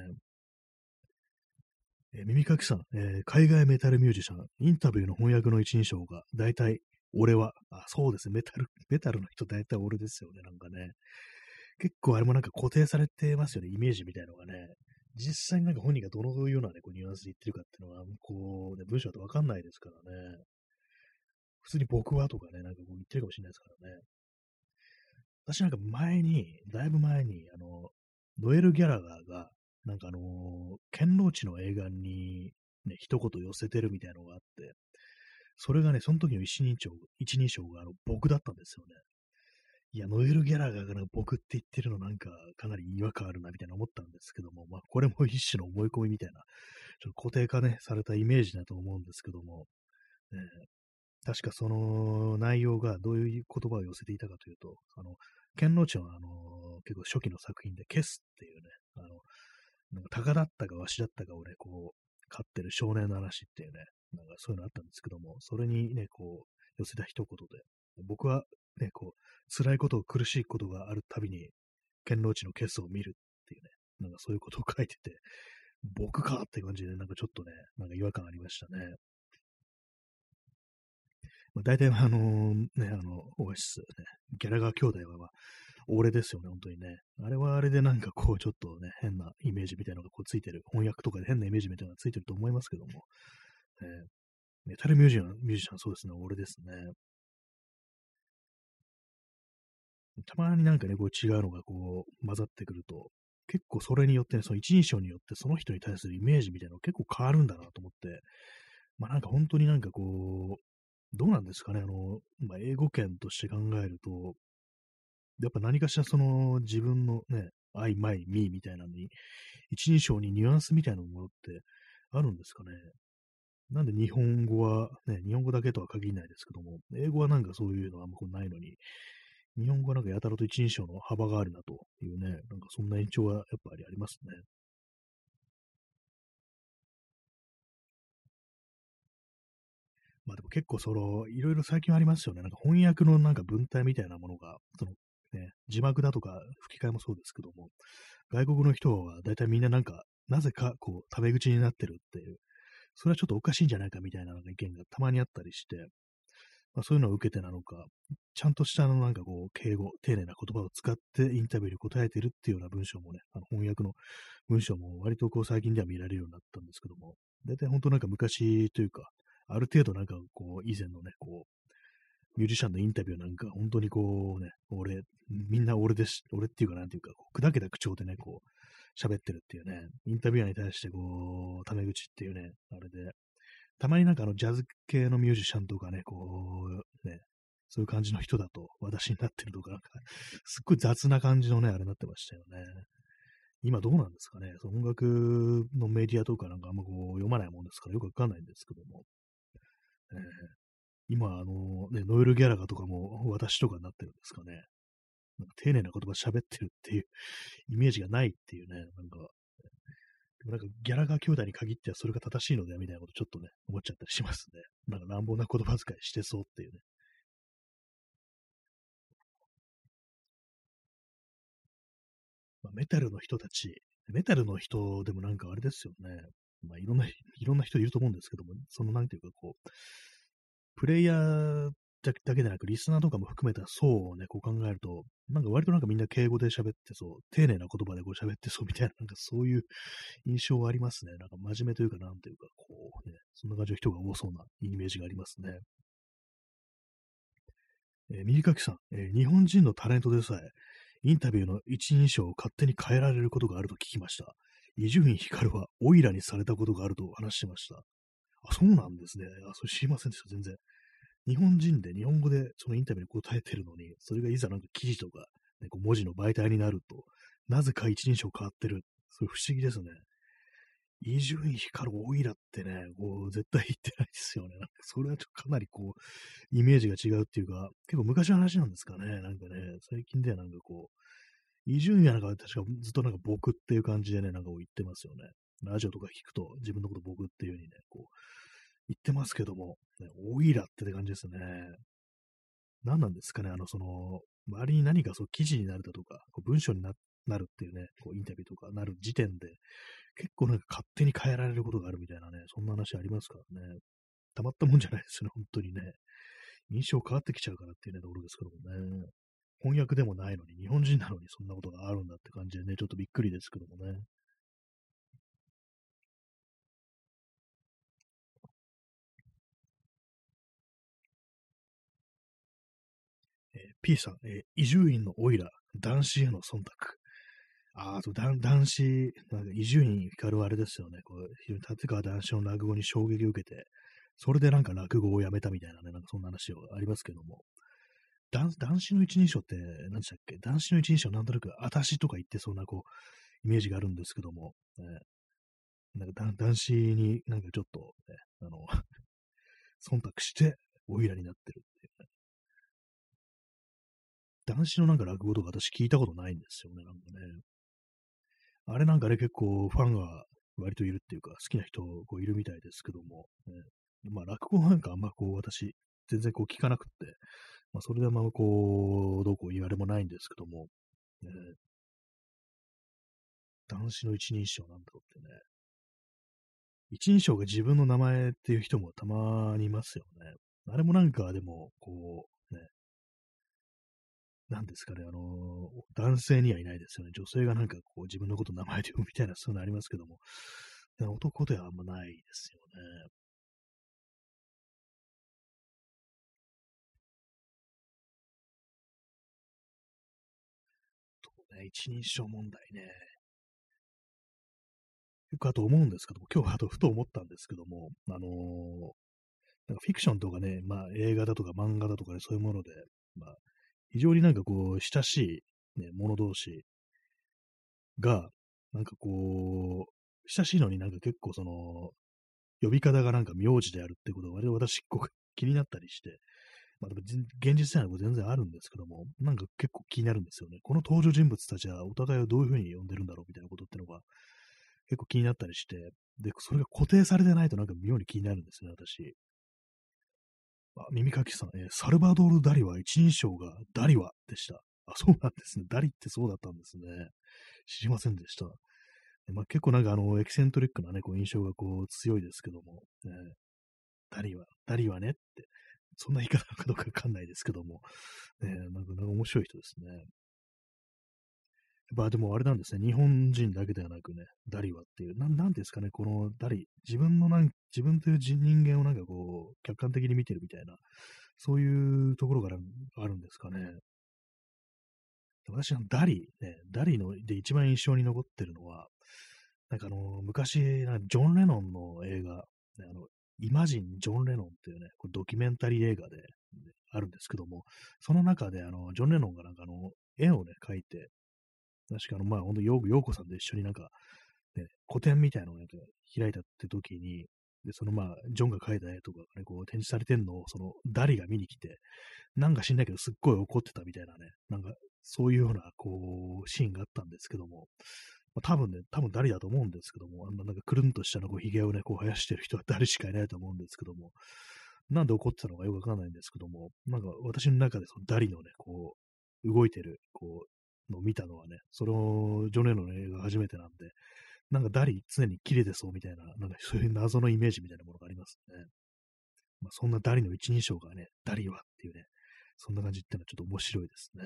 えー耳かきさん、えー海外メタルミュージシャン、インタビューの翻訳の一人称が、大体、俺は、あ、そうですね、メタル、メタルの人大体俺ですよね、なんかね。結構あれもなんか固定されてますよね、イメージみたいのがね。実際になんか本人がどのようなね、こうニュアンスで言ってるかっていうのは、こう、ね、文章だとわかんないですからね。普通に僕はとかね、なんかこう言ってるかもしれないですからね。私なんか前に、だいぶ前に、あの、ノエル・ギャラガーが、なんかあのー、ケンローチの映画に、ね、一言寄せてるみたいなのがあって、それがね、その時の一人称、一人称があの僕だったんですよね。いや、ノエル・ギャラガーがなんか僕って言ってるのなんかかなり違和感あるなみたいな思ったんですけども、まあこれも一種の思い込みみたいな、ちょっと固定化ね、されたイメージだと思うんですけども、ね、確かその内容がどういう言葉を寄せていたかというと、あの、ケンローチのあの、結構初期の作品で、ケスっていうね、あの、なんか鷹だったかワシだったかをね、こう、飼ってる少年の話っていうね、なんかそういうのあったんですけども、それにね、こう、寄せた一言で、僕はね、こう、辛いこと、苦しいことがあるたびに、ケンローチのケスを見るっていうね、なんかそういうことを書いてて、僕かって感じで、なんかちょっとね、なんか違和感ありましたね。まあ、大体、あのね、あの、オアシス、ね、ギャラガー兄弟は、まあ、俺ですよね、本当にね。あれはあれでなんかこう、ちょっとね、変なイメージみたいなのがこうついてる。翻訳とかで変なイメージみたいなのがついてると思いますけども。えーメタルミュージシャン、ミュージシャン、そうですね、俺ですね。たまになんかね、こう違うのがこう混ざってくると、結構それによってね、その一人称によってその人に対するイメージみたいなのが結構変わるんだなと思って、まあなんか本当になんかこう、どうなんですかね、あの、まあ、英語圏として考えると、やっぱ何かしらその自分のね、I, my, me みたいなのに、一人称にニュアンスみたいなものってあるんですかね。なんで日本語は、ね、日本語だけとは限らないですけども、英語はなんかそういうのはあんまこうないのに、日本語はなんかやたらと一人称の幅があるなというね、なんかそんな印象はやっぱりありますね。まあでも結構その、いろいろ最近ありますよね。なんか翻訳のなんか文体みたいなものが、そのね、字幕だとか吹き替えもそうですけども、外国の人は大体みんななんか、なぜかこう、タメ口になってるっていう、それはちょっとおかしいんじゃないかみたいななんか意見がたまにあったりして、まあ、そういうのを受けてなのか、ちゃんとしたあのなんかこう、敬語、丁寧な言葉を使ってインタビューに答えてるっていうような文章もね、あの翻訳の文章も割とこう最近では見られるようになったんですけども、大体本当なんか昔というか、ある程度なんかこう、以前のね、こう、ミュージシャンのインタビューなんか、本当にこうね、俺、みんな俺です、俺っていうかなんていうか、こう砕けた口調でね、こう、喋ってるっていうね、インタビュアーに対してこう、タメ口っていうね、あれで、たまになんかあのジャズ系のミュージシャンとかね、こう、ね、そういう感じの人だと私になってるとか、なんか、すっごい雑な感じのね、あれになってましたよね。 今どうなんですかね。その音楽のメディアとかなんかあんまこう読まないもんですからよくわかんないんですけども、えー今、あのね、ノエル・ギャラガとかも私とかになってるんですかね。なんか丁寧な言葉喋ってるっていうイメージがないっていうね、なんか、でもなんかギャラガー兄弟に限ってはそれが正しいのではみたいなことちょっとね、思っちゃったりしますね。なんか乱暴な言葉遣いしてそうっていうね。まあ、メタルの人たち、メタルの人でもなんかあれですよね。まあ、いろんな、いろんな人いると思うんですけども、そのなんていうかこう、プレイヤーだだけでなく、リスナーとかも含めた層をね、こう考えると、なんか割となんかみんな敬語で喋ってそう、丁寧な言葉でこう喋ってそうみたいな、なんかそういう印象はありますね。なんか真面目というか、なんというか、こうね、そんな感じの人が多そうなイメージがありますね。えー、右かきさん、えー日本人のタレントでさえ、インタビューの一人称を勝手に変えられることがあると聞きました。伊集院光はオイラにされたことがあると話してました。あ、そうなんですね。あ、それ知りませんでした、全然。日本人で日本語でそのインタビューに答えてるのに、それがいざなんか記事とか、ね、こう文字の媒体になると、なぜか一人称変わってる。それ不思議ですね。伊集院光オイラってね、こう、絶対言ってないですよね。なんかそれはちょっとかなりこう、イメージが違うっていうか、結構昔の話なんですかね。なんかね、最近ではなんかこう、伊集院はなんか確かずっとなんか僕っていう感じでね、なんかこう言ってますよね。ラジオとか聞くと自分のこと僕っていう風にね、こう、言ってますけども、ね、オイラって感じですね。何なんですかね、あの、その、周りに何かそう記事になるだとか、こう文章にななるっていうね、こうインタビューとかなる時点で、結構なんか勝手に変えられることがあるみたいなね、そんな話ありますからね。たまったもんじゃないですよね、本当にね。印象変わってきちゃうからっていうね、ところですけどもね。翻訳でもないのに、日本人なのにそんなことがあるんだって感じでね、ちょっとびっくりですけどもね。えー P さん、えー伊集院のオイラ、男子への忖度。ああ、そう、男男子、なんか伊集院光はあれですよね。こう、非常に立川談志の落語に衝撃を受けて、それでなんか落語をやめたみたいなね、なんかそんな話がありますけども。男男子の一人称って何でしたっけ？男子の一人称なんとなく、あたしとか言ってそうな、こう、イメージがあるんですけども、ね、なんか男子になんかちょっと、ね、あの、忖度して、オイラになってるっていうね。男子のなんか落語とか私聞いたことないんですよね、なんかね。あれなんかね、結構ファンが割といるっていうか、好きな人こういるみたいですけども、ね、まあ落語なんかあんまこう私、全然こう聞かなくって、まあそれであんまこう、どうこう言われもないんですけども、ね、男子の一人称なんだろうってね。一人称が自分の名前っていう人もたまにいますよね。あれもなんかでも、こう、ね、なんですかね、あのー男性にはいないですよね。女性がなんかこう自分のこと名前で呼ぶみたいなそういうのありますけども、男ではあんまないですよね。とね、一人称問題ね。よくあと思うんですけども、今日あとふと思ったんですけども、あのーなんかフィクションとかね、まあ映画だとか漫画だとかでそういうもので、まあ非常になんかこう親しい、ね、者同士が、なんかこう、親しいのになんか結構その、呼び方がなんか名字であるってことが割と私こう気になったりして、まあでも現実世界は全然あるんですけども、なんか結構気になるんですよね。この登場人物たちはお互いをどういうふうに呼んでるんだろうみたいなことってのが結構気になったりして、で、それが固定されてないとなんか妙に気になるんですね、私。あ、耳かきさん、えーサルバドール・ダリは一人称がダリワでした。あ、そうなんですね。ダリってそうだったんですね。知りませんでした。でまあ、結構なんかあの、エキセントリックなね、こう印象がこう強いですけども、ね、ダリは、ダリはねって、そんな言い方かどうかわかんないですけども、ね、なんか、なんか面白い人ですね。まあでもあれなんですね。日本人だけではなくね、ダリはっていう、なん、なんていうんですかね、このダリ、自分のなん、自分という人人間をなんかこう、客観的に見てるみたいな、そういうところからあるんですかね。私はダリ、ね、ダリので一番印象に残ってるのは、なんかあの、昔、なんかジョン・レノンの映画、ね、あの、イマジン・ジョン・レノンっていうね、これドキュメンタリー映画で、あるんですけども、その中であの、ジョン・レノンがなんかあの、絵をね、描いて、 確かあの、まあ、ほんと、ようようこさんと一緒になんか、ね、個展みたいなのをなんか開いたって時に、で、そのまあ、ジョンが描いた絵とかがね、こう展示されてんのを、そのダリが見に来て、なんか知んないけどすっごい怒ってたみたいなね、なんかそういうような、こう、シーンがあったんですけども、まあ、多分ね、多分ダリだと思うんですけども、あんななんかくるんとしたのこう髭をね、こう生やしてる人は誰しかいないと思うんですけども、なんで怒ってたのかよくわかんないんですけども、なんか私の中でそのダリのね、こう、動いてる、こう、のを見たのはね、そのジョン・レノンの映画が初めてなんで、なんかダリ常に切れてそうみたいな、なんかそういう謎のイメージみたいなものがありますね。まあ、そんなダリの一人称がね、ダリはっていうね、そんな感じってのはちょっと面白いですね。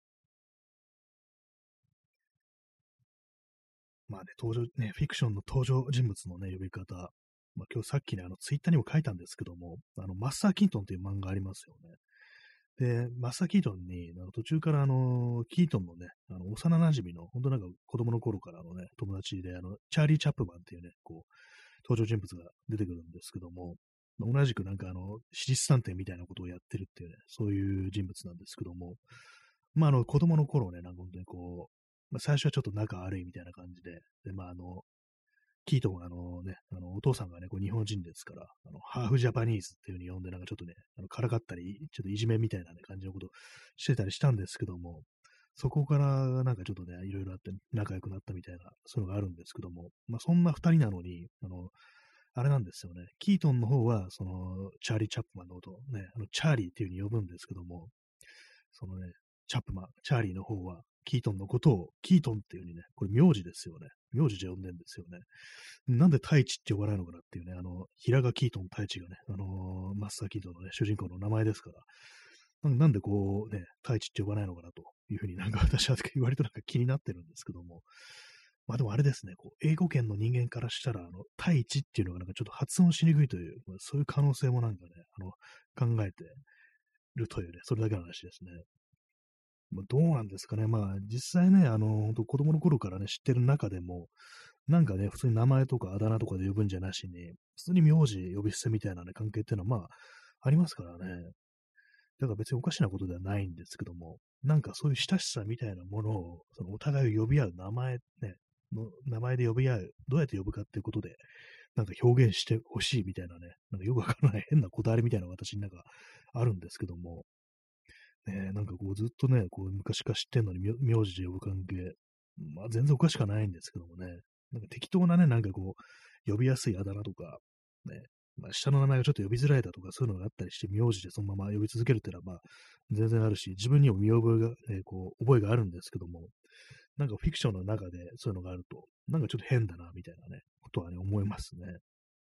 まあね、登場、ね、フィクションの登場人物のね、呼び方。まあ今日さっきね、あの、ツイッターにも書いたんですけども、あの、マスター・キートンという漫画ありますよね。で、マスター・キートンに、あの途中からあの、キートンのね、あの、幼馴染の、本当なんか子供の頃からのね、友達で、あの、チャーリー・チャップマンっていうね、こう、登場人物が出てくるんですけども、同じくなんかあの、私立探偵みたいなことをやってるっていうね、そういう人物なんですけども、まああの、子供の頃ね、なんか本当にこう、まあ、最初はちょっと仲悪いみたいな感じで、で、まああの、キートンはあのね、あの、お父さんがね、こう日本人ですから、あの、ハーフジャパニーズっていう風に呼んで、なんかちょっとね、あの、からかったり、ちょっといじめみたいなね、感じのことしてたりしたんですけども、そこからなんかちょっとね、いろいろあって仲良くなったみたいな、そういうのがあるんですけども、まあそんな二人なのに、あの、あれなんですよね、キートンの方は、その、チャーリー・チャップマンのことをね、あの、チャーリーっていう風に呼ぶんですけども、そのね、チャップマン、チャーリーの方は、キートンのことを、キートンっていう風にね、これ名字ですよね。名字で呼んでんですよね。なんで太一って呼ばないのかなっていうね、あの、平賀キートン太一がね、あのーマスターキートンのね、主人公の名前ですから、なんなんでこうね、太一って呼ばないのかなというふうになんか私は割となんか気になってるんですけども、まあでもあれですね、こう、英語圏の人間からしたら、あの、太一っていうのがなんかちょっと発音しにくいという、まあそういう可能性もなんかね、あの、考えてるというね、それだけの話ですね。まあ、どうなんですかね。まあ、実際ね、あの、本当子供の頃からね、知ってる中でも、なんかね、普通に名前とかあだ名とかで呼ぶんじゃなしに、普通に名字呼び捨てみたいなね、関係っていうのは、まあ、ありますからね。だから別におかしなことではないんですけども、なんかそういう親しさみたいなものを、そのお互いを呼び合う名前ね、の名前で呼び合う、どうやって呼ぶかっていうことで、なんか表現してほしいみたいなね、なんかよくわからない変なこだわりみたいなのが私になんかあるんですけども、ね、なんかこうずっとね、こう昔から知ってんのに名名字で呼ぶ関係、まあ全然おかしくはないんですけどもね、なんか適当なね、なんかこう、呼びやすいあだ名とか、ね、まあ下の名前がちょっと呼びづらいだとかそういうのがあったりして、名字でそのまま呼び続けるっていうのはまあ全然あるし、自分にも見覚えが、ね、こう、覚えがあるんですけども、なんかフィクションの中でそういうのがあると、なんかちょっと変だな、みたいなね、ことはね、思いますね。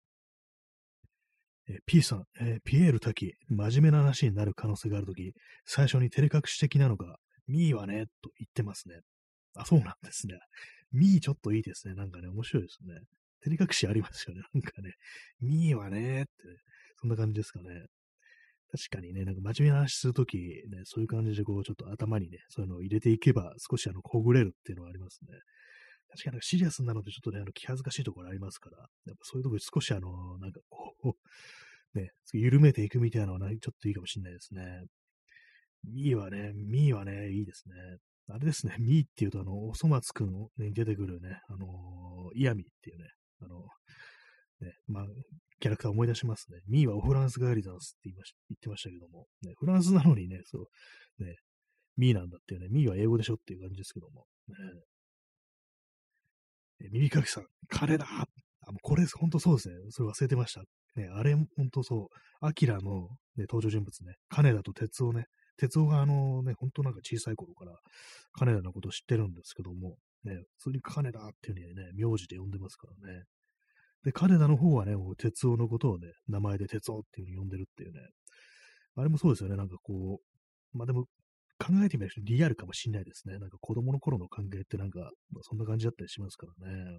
えー P さん、えーピエール滝、真面目な話になる可能性があるとき、最初に照れ隠し的なのが、ミーはね、と言ってますね。あ、そうなんですね。ミーちょっといいですね。なんかね、面白いですね。照れ隠しありますよね。なんかね、ミーはね、って、そんな感じですかね。確かにね、なんか真面目な話するとき、ね、そういう感じでこう、ちょっと頭にね、そういうのを入れていけば、少しあの、ほぐれるっていうのはありますね。確かにシリアスなのでちょっとね、あの、気恥ずかしいところありますから、やっぱそういうところ少しあの、なんかこう、ね、緩めていくみたいなのはなちょっといいかもしれないですね。ミーはね、ミーはね、いいですね。あれですね、ミーっていうと、あの、おそ松くんに出てくるね、あのー、イヤミっていうね、あの、ね、まあ、キャラクターを思い出しますね。ミーはオフランス帰りなんすって言いまし言ってましたけども、ね、フランスなのにね、そう、ね、ミーなんだっていうね、ミーは英語でしょっていう感じですけども、ね、え耳かきさん、彼だあ、もうこれ、ほんとそうですね。それ忘れてました。ね、あれ、ほんとそう、アキラの、ね、登場人物ね、金田と鉄夫ね、鉄夫があのね、ほんとなんか小さい頃から金田のことを知ってるんですけども、ね、普通に金田っていう風にね、名字で呼んでますからね。で、金田の方はね、もう鉄夫のことをね、名前で鉄夫っていう風に呼んでるっていうね。あれもそうですよね、なんかこう、まあでも、考えてみるとリアルかもしんないですね。なんか子供の頃の関係ってなんか、まあ、そんな感じだったりしますからね。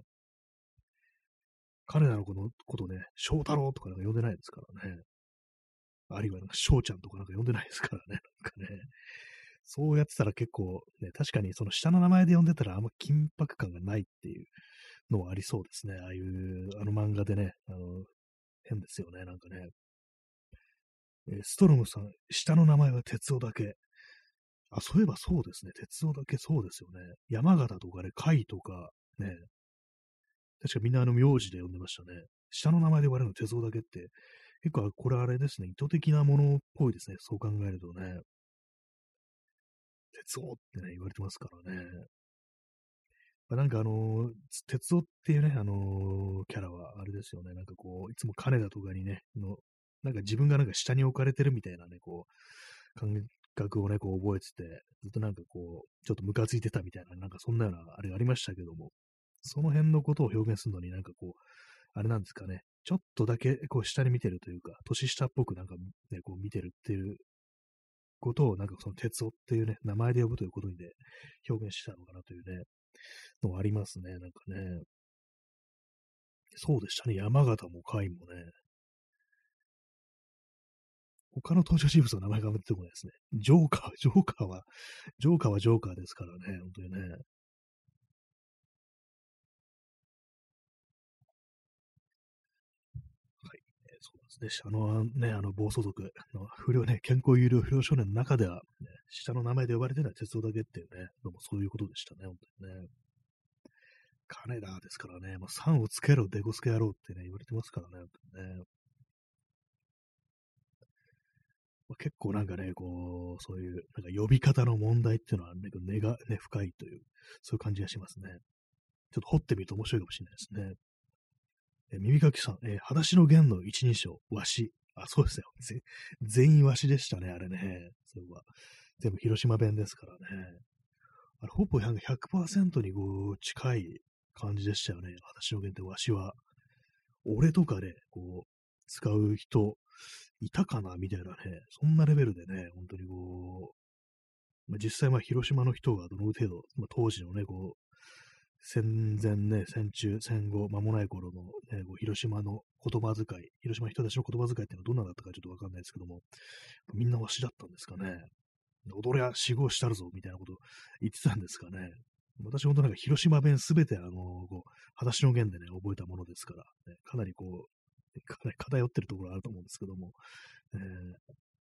彼らのこのことね、翔太郎とかなんか呼んでないですからね。あるいはなんか翔ちゃんとかなんか呼んでないですからね。なんかね。そうやってたら結構ね、確かにその下の名前で呼んでたらあんま緊迫感がないっていうのはありそうですね。ああいう、あの漫画でね、あの、変ですよね。なんかね。えーストロムさん、下の名前は哲夫だけ。 あ、そういえばそうですね。鉄道だけそうですよね。山形とかね、甲斐とか、ね、確かみんなあの名字で呼んでましたね。下の名前で呼ばれるの鉄道だけって、結構これあれですね、意図的なものっぽいですね。そう考えるとね。鉄道ってね、言われてますからね。まあ、なんかあのー鉄夫っていうね、あのーキャラはあれですよね。なんかこう、いつも金田とかにね、の、なんか自分がなんか下に置かれてるみたいなね、こう、感覚をね、こう覚えてて、ずっとなんかこう、ちょっとムカついてたみたいな、なんかそんなようなあれがありましたけども、その辺のことを表現するのになんかこう、あれなんですかね、ちょっとだけこう下に見てるというか、年下っぽくなんかね、こう見てるっていうことを、なんかその鉄夫っていうね、名前で呼ぶということにで表現してたのかなというね、のありますね、なんかね。そうでしたね。山形も甲斐もね。他の登場人物の名前が出てこないですね。ジョーカー、ジョーカーは、ジョーカーはジョーカーですからね、本当にね。はい。えーそうですね。あのね、あの暴走族の不良ね、健康有料不良少年の中では、ね、下の名前で呼ばれてるのは鉄道だけっていうね、どうもそういうことでしたね、本当にね。金田ですからね、もうさんをつけろ、デコスケ野郎ってね、言われてますからね、本当にね。まあ、結構なんかね、こう、そういう、なんか呼び方の問題っていうのは、ね、根がね、深いという、そういう感じがしますね。ちょっと掘ってみると面白いかもしれないですね。え耳かきさん、えー裸足の弦の一人称、わし。あ、そうですよ。ぜ全員わしでしたね、あれね。そういえば。全部広島弁ですからね。あれ、ほぼひゃくパーセントにこう近い感じでしたよね。裸足の弦ってわしは。俺とかで、こう、使う人、いたかなみたいなね。そんなレベルでね、本当にこう、まあ、実際、まあ、広島の人がどの程度、まあ、当時のね、こう、戦前ね、戦中、戦後、間もない頃の、ね、こう広島の言葉遣い、広島の人たちの言葉遣いっていうのはどんなだったかちょっとわかんないですけども、みんなわしだったんですかね。踊りゃ死後したるぞ、みたいなこと言ってたんですかね。私、本当なんか広島弁すべて、あの、こう、裸足の弦でね、覚えたものですから、ね、かなりこう、かなり偏ってるところあると思うんですけども、えー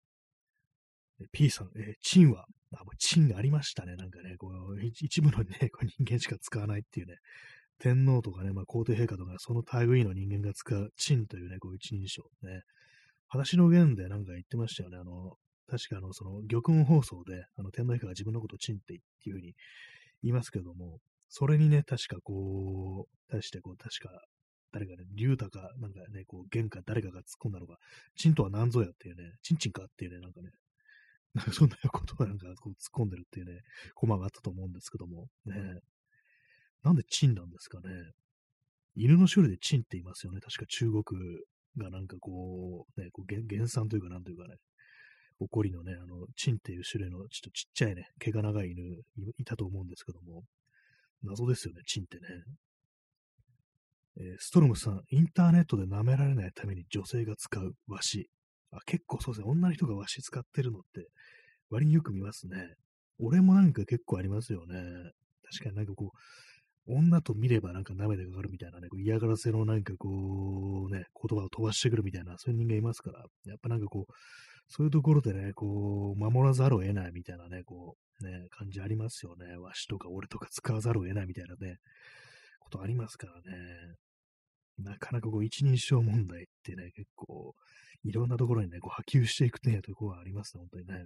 P さん、えーチンは、あ、もうチンがありましたね。なんかね、こう、一一部のね、こう人間しか使わないっていうね、天皇とかね、まあ、皇帝陛下とか、その類の人間が使うチンというね、こう一人称ね。裸足の弦でなんか言ってましたよね。あの、確かあの、その、玉音放送で、あの、天皇陛下が自分のことをチンってっていうふうに言いますけども、それにね、確かこう、対してこう、確か、誰かね、竜太か、なんかね、こう、弦か誰かが突っ込んだのが、チンとは何ぞやっていうね、チンチンかっていうね、なんかね、なんかそんなことをなんかこう突っ込んでるっていうね、コマがあったと思うんですけども、ね、なんでチンなんですかね。犬の種類でチンって言いますよね。確か中国がなんかこう、ね、こう原原産というかなんというかね、起こりのね、あの、チンっていう種類のちょっとちっちゃいね、毛が長い犬いいたと思うんですけども、謎ですよね、チンってね。えーストロムさん、インターネットで舐められないために女性が使う和紙。あ、結構そうですね、女の人が和紙使ってるのって割によく見ますね。俺もなんか結構ありますよね。確かになんかこう、女と見ればなんか舐めてかかるみたいなね、こう嫌がらせのなんかこうね、言葉を飛ばしてくるみたいな、そういう人間いますから、やっぱなんかこう、そういうところでね、こう、守らざるを得ないみたいなね、こう、ね、感じありますよね。わしとか俺とか使わざるを得ないみたいなね、ことありますからね。なかなかこう、一人称問題ってね、結構、いろんなところにね、こう波及していくね、ところがありますね、本当にね。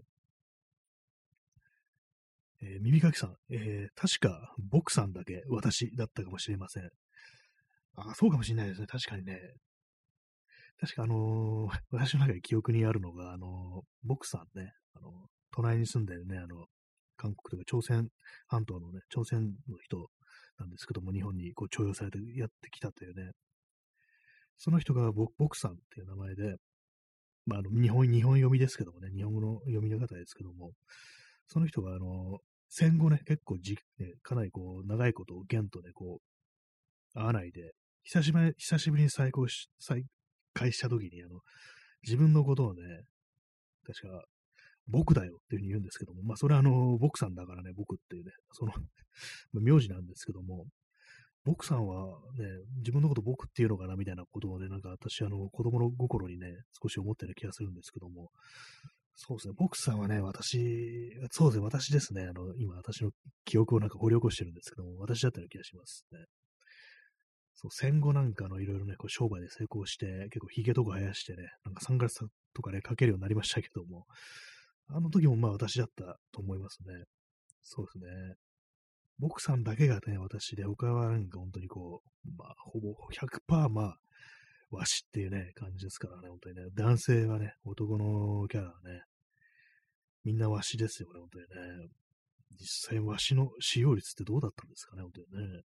えー耳かきさん、えー確か、僕さんだけ私だったかもしれません。あ、そうかもしれないですね。確かにね。確かあのー私の中で記憶にあるのが、あのー僕さんね、あの隣に住んでるね、あの、韓国とか朝鮮半島のね、朝鮮の人なんですけども、日本にこう徴用されてやってきたというね、その人が僕僕さんっていう名前で、まあ、あの日本、日本読みですけどもね、日本語の読みの方ですけども、その人が、あの、戦後ね、結構じ、ね、かなりこう、長いこと、ゲンとね、こう、会わないで、久しぶり、久しぶりに再婚し、再会したときに、あの、自分のことをね、確か、僕だよっていうふうに言うんですけども、まあ、それはあの、僕さんだからね、僕っていうね、その名字なんですけども、僕さんはね、自分のこと僕っていうのかなみたいなことをね、なんか私、あの、子供の心にね、少し思ってる気がするんですけども、 そうですね。ボクさんはね、私、そうですね、私ですね。あの、今、私の記憶をなんか掘り起こしてるんですけども、私だったような気がしますね。そう、戦後なんかのいろいろね、こう商売で成功して、結構ヒゲとか生やしてね、なんかサングラスとかね、かけるようになりましたけども、あの時もまあ私だったと思いますね。そうですね。ボクさんだけがね、私で、他はなんか本当にこう、まあ、ほぼひゃくパーセントまあ、和紙っていうね、感じですからね、本当にね。男性はね、男のキャラはね、みんな和紙ですよね、本当にね。実際和紙の使用率ってどうだったんですかね、本当にね。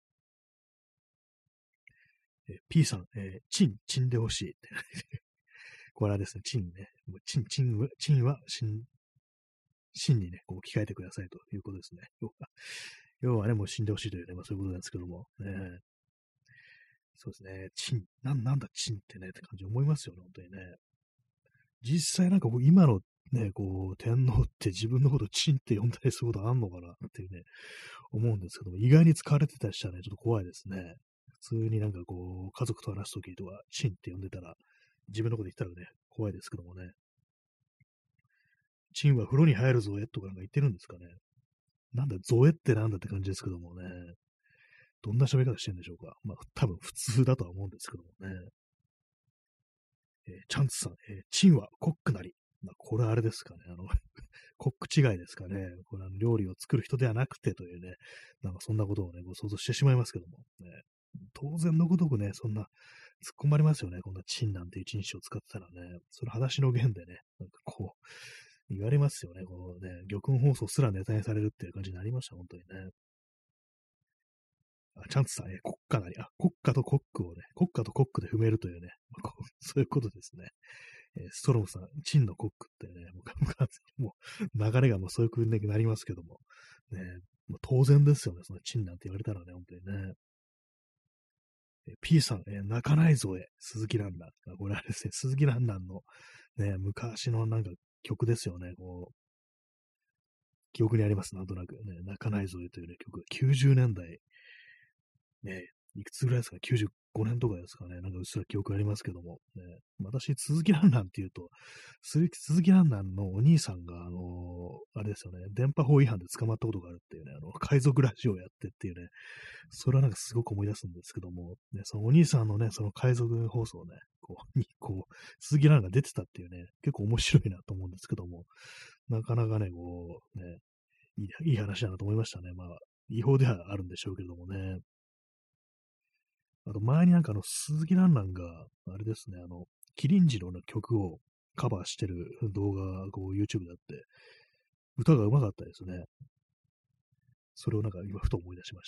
えー P さん、えーチン、チンでほしいって。これはですね、チンね。もうチン、チンは、チンは、チン、真にね、こう置き換えてくださいということですね。要は、要はね、もう死んでほしいというね、まあそういうことなんですけども。ね、そうですね。チン、なん、なんだチンってね、って感じ思いますよね、本当にね。実際なんかこう今のね、こう、天皇って自分のことチンって呼んだりすることあんのかなっていうね、思うんですけども、意外に使われてたりしたらね、ちょっと怖いですね。普通になんかこう、家族と話すときとか、チンって呼んでたら、自分のこと言ったらね、怖いですけどもね。チンは風呂に入るぞえとかなんか言ってるんですかね。なんだ、ゾエってなんだって感じですけどもね。どんな喋り方してるんでしょうか。まあ、多分普通だとは思うんですけどもね。えーチャンツさん、えーチンはコックなり。まあ、これはあれですかね。あの、コック違いですかね。これは料理を作る人ではなくてというね、なんかそんなことをね、ご想像してしまいますけども、ね。当然のごとくね、そんな突っ込まれますよね。こんなチンなんて一日を使ってたらね。それ裸足の弦でね、なんかこう、言われますよね。このね、玉音放送すらネタにされるっていう感じになりました、本当にね。あ、チャンツさん、え国家なり、あ、国家とコックをね、国家とコックで踏めるというね、まあ、こうそういうことですね。えーストロムさん、チンのコックってね、もう完全にもう流れがもうそういう風になりますけども、ね、もう当然ですよね、そのチンなんて言われたらね、本当にね。えー P さん、えー泣かないぞえ、鈴木蘭蘭。あ、これあれですね、鈴木蘭蘭のね、昔のなんか曲ですよね、こう、記憶にあります、なんとなく。ね、泣かないぞえというね、曲、きゅうじゅうねんだいね、いくつぐらいですか？ きゅうじゅうご 年とかですかね。なんかうっすら記憶ありますけども。ね、私、鈴木蘭蘭っていうと、鈴木鈴木蘭蘭のお兄さんが、あのーあれですよね、電波法違反で捕まったことがあるっていうね、あの、海賊ラジオをやってっていうね、それはなんかすごく思い出すんですけども、ね、そのお兄さんのね、その海賊放送ね、こう、に、こう、鈴木蘭が出てたっていうね、結構面白いなと思うんですけども、なかなかね、こう、ね、いい、いい話だなと思いましたね。まあ、違法ではあるんでしょうけれどもね。あと前になんかあの、鈴木蘭蘭が、あれですね、あの、キリンジのね曲をカバーしてる動画がこう YouTube であって、歌が上手かったですね。それをなんか今ふと思い出しました。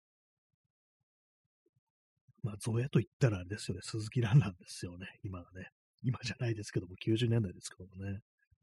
まあ、ゾエと言ったらあれですよね、鈴木蘭蘭ですよね、今はね。今じゃないですけども、きゅうじゅうねんだいですけどもね。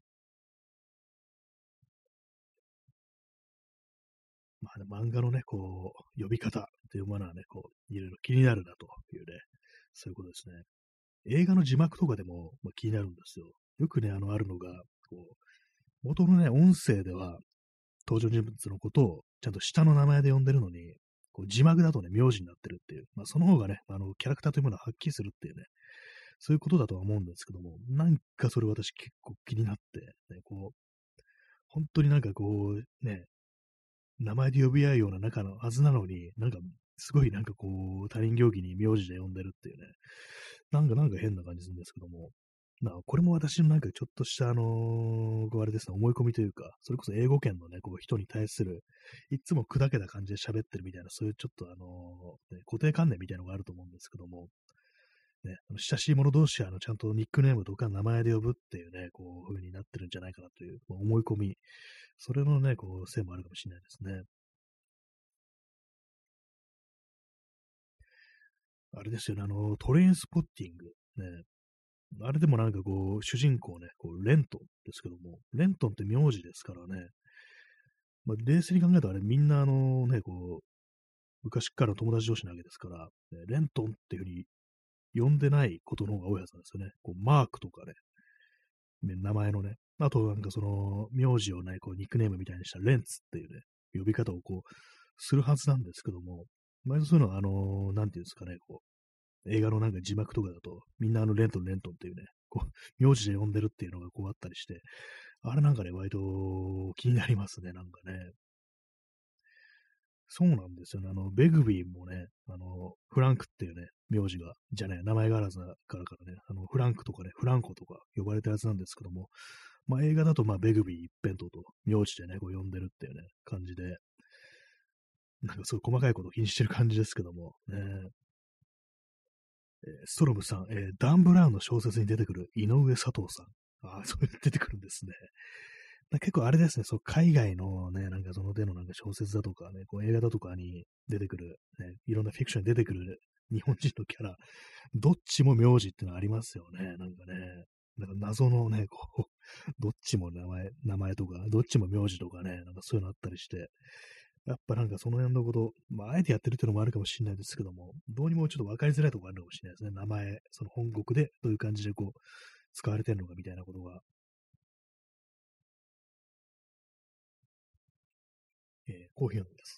まあ、ね、漫画のね、こう、呼び方っていうものはね、こう、いろいろ気になるなというね、そういうことですね。映画の字幕とかでも、まあ、気になるんですよ。よくね、あの、あるのが、こう、元のね、音声では、登場人物のことをちゃんと下の名前で呼んでるのに、こう字幕だとね、名字になってるっていう、まあ、その方がね、あの、キャラクターというものははっきりするっていうね、そういうことだとは思うんですけども、なんかそれ私結構気になって、ね、こう、本当になんかこう、ね、名前で呼び合うような仲のはずなのに、なんか、すごいなんかこう、他人行儀に名字で呼んでるっていうね、なんかなんか変な感じするんですけども、まあ、これも私のなんかちょっとした、あのーこうあれですね、思い込みというか、それこそ英語圏のね、こう人に対する、いつも砕けた感じで喋ってるみたいな、そういうちょっとあのーね、固定観念みたいなのがあると思うんですけども、ね、あの親しい者同士はあのちゃんとニックネームとか名前で呼ぶっていうね、こう、風になってるんじゃないかなという、まあ思い込み、それのね、こう、せいもあるかもしれないですね。あれですよね、あの、トレインスポッティング。ね、あれでもなんかこう、主人公ね、こう、レントンですけども、レントンって名字ですからね、まあ、冷静に考えたらあれみんなあのね、こう、昔からの友達同士なわけですから、ね、レントンっていうふうに呼んでないことの方が多いはずなんですよね。こうマークとかね、ね名前のね、あとなんかその、名字をね、こうニックネームみたいにしたレンツっていうね、呼び方をこう、するはずなんですけども、毎度そういうのはあのなんていうんですかね、こう、映画のなんか字幕とかだと、みんなあのレントン、レントンっていうね、 こう、名字で呼んでるっていうのがこうあったりして、あれなんかね、割と気になりますね、なんかね。そうなんですよね。あの、ベグビーもね、あの、フランクっていうね、名字が、じゃね、名前があらずからからね、あの、フランクとかね、フランコとか呼ばれたやつなんですけども、まあ映画だとまあベグビー一辺倒と名字でね、こう呼んでるっていうね、感じで、なんかすごい細かいことを気にしてる感じですけども、ね、えーストロムさん、えーダン・ブラウンの小説に出てくる井上佐藤さん。ああ、そういうの出てくるんですね。だ結構あれですね、そう、海外のね、なんかその手のなんか小説だとかね、こう映画だとかに出てくる、ね、いろんなフィクションに出てくる日本人のキャラ、どっちも名字っていうのはありますよね、なんかね。なんか謎のね、こう、どっちも名前、名前とか、どっちも名字とかね、なんかそういうのあったりして、やっぱなんかその辺のこと、まあ、あえてやってるっていうのもあるかもしれないですけども、どうにもちょっと分かりづらいところあるかもしれないですね。名前、その本国でどういう感じでこう、使われてるのかみたいなことが。えーコーヒーを飲みます。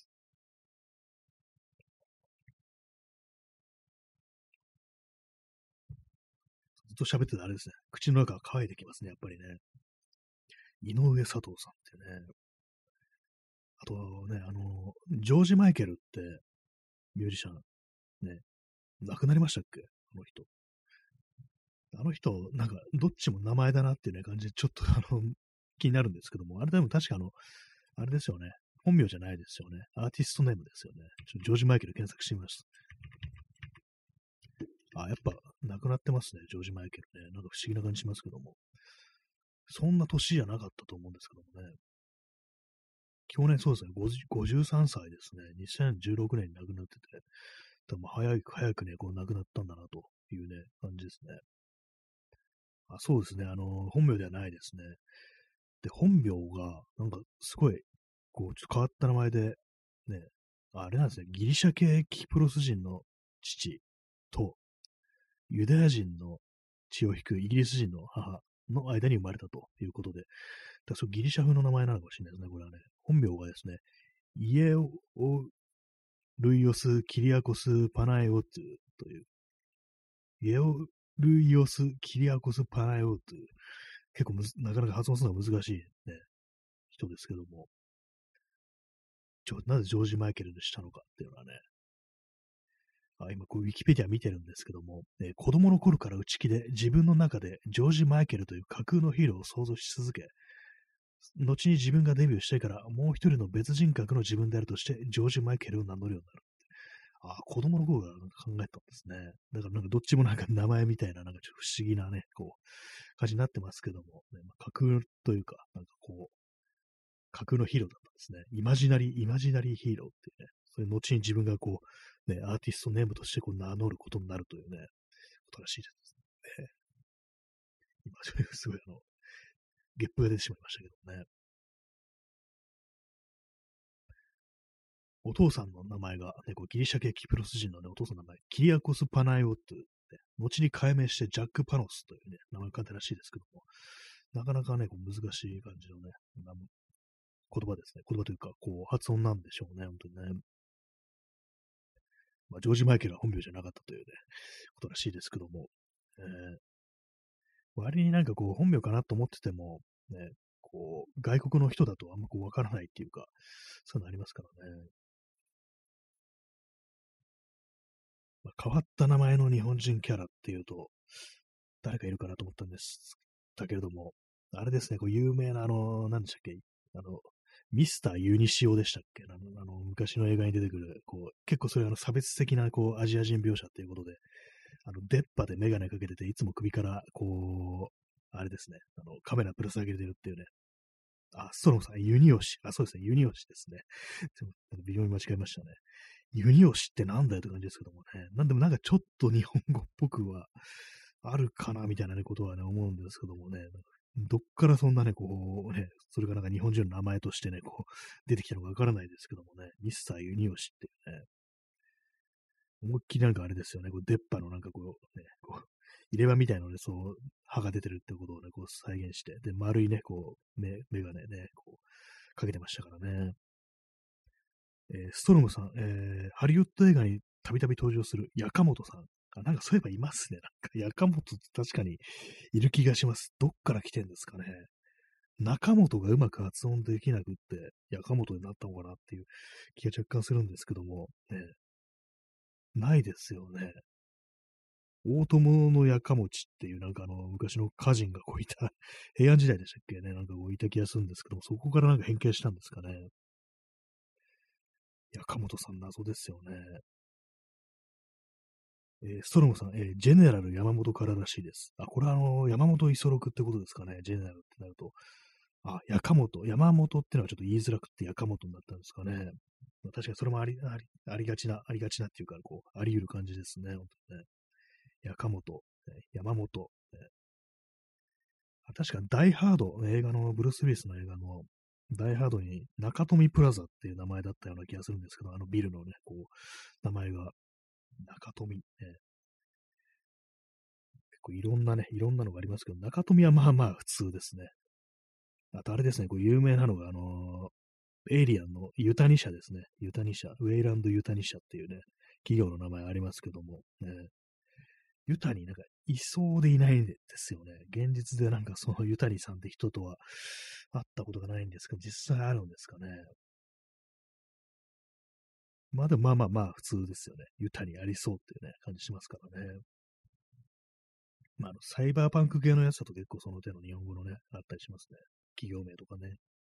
ずっと喋ってたらあれですね。口の中が乾いてきますね、やっぱりね。井上佐藤さんってね。あとね、あの、ジョージ・マイケルってミュージシャンね、亡くなりましたっけあの人。あの人、なんか、どっちも名前だなっていうね、感じで、ちょっとあの、気になるんですけども、あれでも確かあの、あれですよね。本名じゃないですよね。アーティストネームですよね。ちょジョージ・マイケル検索してみました。あ、やっぱ、亡くなってますね、ジョージ・マイケルね。なんか不思議な感じしますけども。そんな年じゃなかったと思うんですけどもね。去年そうですね、ごじゅうごじゅうさんさいですね。にせんじゅうろくねんに亡くなってて、多分早く、早くね、こう亡くなったんだなというね、感じですね。あ、そうですね。あの、本名ではないですね。で、本名が、なんか、すごい、こう、ちょっと変わった名前で、ね、ああれなんですね。ギリシャ系キプロス人の父と、ユダヤ人の血を引くイギリス人の母の間に生まれたということで、だそうギリシャ風の名前なのかもしれないですね。これはね。本名がですね、イエオルイオス・キリアコス・パナエオトゥという、イエオルイオス・キリアコス・パナエオトゥ、結構むずなかなか発音するのは難しい、ね、人ですけども、ちょなぜジョージ・マイケルにしたのかっていうのはね、あ今こうウィキペディア見てるんですけども、えー子供の頃から内気で自分の中でジョージ・マイケルという架空のヒーローを想像し続け、後に自分がデビューしてからもう一人の別人格の自分であるとしてジョージ・マイケルを名乗るようになる。ああ、子供の頃からなんか考えたんですね。だからなんかどっちもなんか名前みたいな、なんかちょっと不思議なね、こう、感じになってますけども、ねまあ、架空というか、なんかこう、架空のヒーローだったんですね。イマジナリー、イマジナリーヒーローっていうね、それ後に自分がこう、ね、アーティストネームとしてこう名乗ることになるというね、ことらしいですね。今、すごいあの、ゲップが出てしまいましたけどね。お父さんの名前が、ね、こうギリシャ系キプロス人のね、お父さんの名前、キリアコス・パナイオットゥ、後に改名してジャック・パノスというね、名前を書いたらしいですけども、なかなかね、こう難しい感じのね、言葉ですね。言葉というか、こう、発音なんでしょうね、本当にね。まあ、ジョージ・マイケルは本名じゃなかったというね、ことらしいですけども、えー、割になんかこう、本名かなと思ってても、ね、こう、外国の人だとあんまこう、わからないっていうか、そういうのありますからね。まあ、変わった名前の日本人キャラっていうと、誰かいるかなと思ったんです。だけれども、あれですね、こう有名なあの、何でしたっけ、あの、ミスターユニシオでしたっけあの、あの昔の映画に出てくる、こう、結構それあの差別的なこうアジア人描写っていうことで、あの、出っ歯でメガネかけてて、いつも首から、こう、あれですね、あの、カメラぶら下げてるっていうね。あ、ストロムさん、ユニオシ。あ、そうですね、ユニオシですね。ちょっと微妙に間違えましたね。ユニオシってなんだよって感じですけどもね。なんでもなんかちょっと日本語っぽくはあるかなみたいなね、ことはね、思うんですけどもね。どっからそんなね、こうね、それがなんか日本人の名前としてね、こう、出てきたのかわからないですけどもね、ミスターユニオシっていうね、思いっきりなんかあれですよね、こう出っ歯のなんかこう、ね、こう、入れ歯みたいなので、そう、歯が出てるってことをね、こう再現して、で、丸いね、こう、目、目がね、ね、こう、かけてましたからね。えーストロムさん、えーハリウッド映画にたびたび登場するヤカモトさん。 あ、なんかそういえばいますね。なんか、やかもとって確かにいる気がします。どっから来てんですかね。中本がうまく発音できなくって、やかもとになったのかなっていう気が若干するんですけども、ね、ないですよね。大友のやかもちっていうなんかあの昔の歌人がこういた、平安時代でしたっけね、なんかこういた気がするんですけども、そこからなんか変形したんですかね。やかもとさん謎ですよね。えーストロムさん、えージェネラル山本かららしいです。あ、これはあの、山本五十六ってことですかね。ジェネラルってなると。あ、やかもと。山本ってのはちょっと言いづらくてやかもとになったんですかね。まあ、確かにそれもあり、あり、ありがちな、ありがちなっていうか、こう、あり得る感じですね。本当にね。やかもと、えー山本。えーあ確かダイハード、映画の、ブルース・ウィリスの映画の、ダイハードに中富プラザっていう名前だったような気がするんですけど、あのビルのね、こう、名前が中富、ね、結構いろんなね、いろんなのがありますけど、中富はまあまあ普通ですね。あとあれですね、こう有名なのが、あのーエイリアンのユタニ社ですね。ユタニ社、ウェイランド・ユタニ社っていうね、企業の名前ありますけども、ね、ユタになんかいそうでいないんですよね。現実でなんかそのユタニさんって人とは会ったことがないんですけど、実際あるんですかね。まあでもまあまあまあ普通ですよね。ユタにありそうっていうね、感じしますからね。まあ、あのサイバーパンク系のやつだと結構その手の日本語のね、あったりしますね。企業名とかね。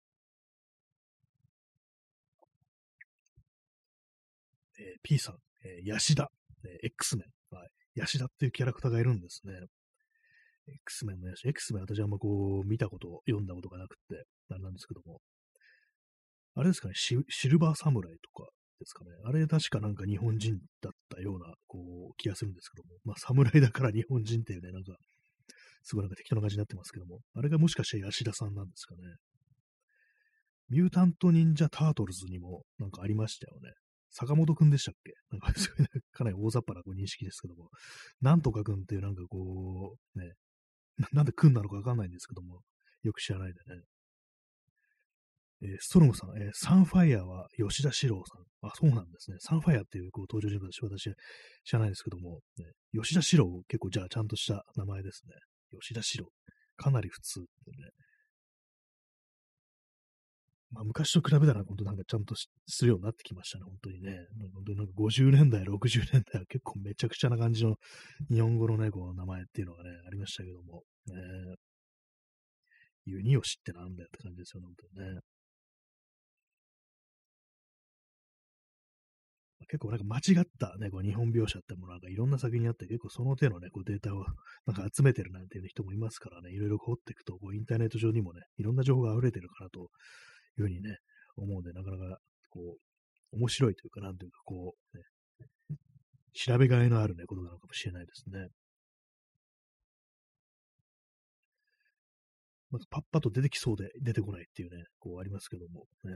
えー P さん、えー、ヤシダ、えー X メン。はい。ヤシダっていうキャラクターがいるんですね。X メンのヤシ、X メン私あんまこう見たこと、読んだことがなくて、あれなんですけども。あれですかね、シシルバーサムライとかですかね。あれ確かなんか日本人だったような、こう、気がするんですけども。まあ、侍だから日本人っていうね、なんか、すごいなんか適当な感じになってますけども。あれがもしかしてヤシダさんなんですかね。ミュータント・ニンジャ・タートルズにもなんかありましたよね。坂本くんでしたっけなんか、かなり大雑把なご認識ですけども、なんとかくんっていうなんかこう、ね、ななんでくんなのかわかんないんですけども、よく知らないでね。えーストロムさん、えーサンファイアは吉田史郎さん。あ、そうなんですね。サンファイアっていうこう登場人物、私、知らないですけども、ね、吉田史郎、結構じゃあちゃんとした名前ですね。吉田史郎。かなり普通ってね。まあ、昔と比べたら、本当なんかちゃんとしするようになってきましたね、本当にね。本当になんかごじゅうねんだい、ろくじゅうねんだいは結構めちゃくちゃな感じの日本語のね、こう名前っていうのがね、ありましたけども、ね、ユニヨシってなんだよって感じですよね、本当にね。結構なんか間違ったね、こう日本描写ってものなんかいろんな作品にあって、結構その手のね、こうデータをなんか集めてるなんていう人もいますからね、いろいろ掘っていくと、こうインターネット上にもね、いろんな情報が溢れてるかなというふうにね、思うんで、なかなかこう、面白いというか、なんというか、こう、ね、調べがいのあるね、ことなのかもしれないですね。まずパッパと出てきそうで出てこないっていうね、こうありますけども、ね、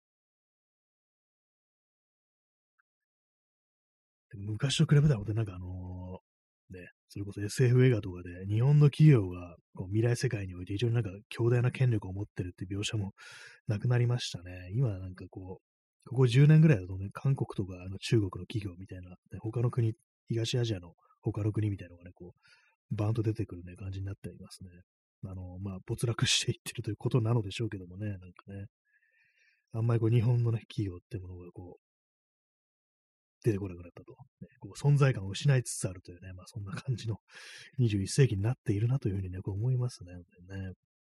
で昔と比べたら、本当になんかあのーね、それこそ エスエフ 映画とかで、日本の企業がこう未来世界において非常になんか強大な権力を持ってるっていう描写もなくなりましたね。今なんかこう、ここじゅうねんぐらいだとね、韓国とかあの中国の企業みたいな、ね、他の国、東アジアの他の国みたいなのがね、こう、バーンと出てくるね、感じになっていますね。あの、まあ、没落していってるということなのでしょうけどもね、なんかね、あんまりこう、日本のね、企業ってものがこう、出てこなくなったと、ね、こう存在感を失いつつあるというね、まあそんな感じのにじゅういっ世紀になっているなというふうにね、こう思いますね。本当にね、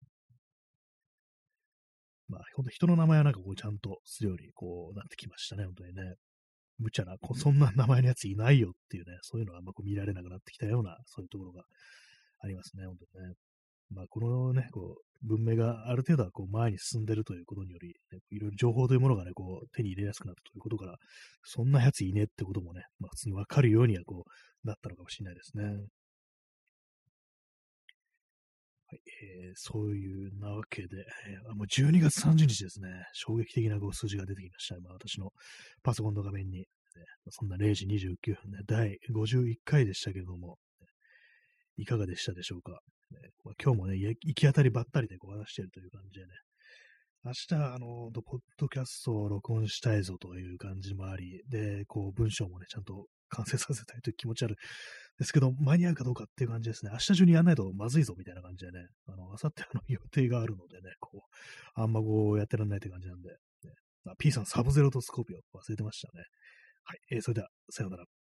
まあ、本当人の名前はなんかこうちゃんとするようにこうなってきましたね、本当にね。無茶な、こうそんな名前のやついないよっていうね、そういうのはあんまこう見られなくなってきたような、そういうところがありますね、本当にね。まあ、このね、こう、文明がある程度はこう前に進んでるということにより、ね、いろいろ情報というものがね、こう、手に入れやすくなったということから、そんなやついねってこともね、まあ、普通にわかるようにはこう、なったのかもしれないですね。はい、えーそういうなわけで、えーあもうじゅうにがつさんじゅうにちですね。衝撃的なこう数字が出てきました。今、私のパソコンの画面に。ね、そんなれいじにじゅうきゅうふんね、だいごじゅういっかいでしたけれども、いかがでしたでしょうか。ね、まあ、今日もね、行き当たりばったりでこう話しているという感じでね、明日、あの、ポッドキャストを録音したいぞという感じもあり、で、こう、文章もね、ちゃんと完成させたいという気持ちあるんですけど、間に合うかどうかっていう感じですね。明日中にやんないとまずいぞみたいな感じでね、あの、明後日あの予定があるのでね、こう、あんまこうやってらんないって感じなんで、ね。あ、P さん、サブゼロとスコーピオ忘れてましたね。はい。えーそれでは、さようなら。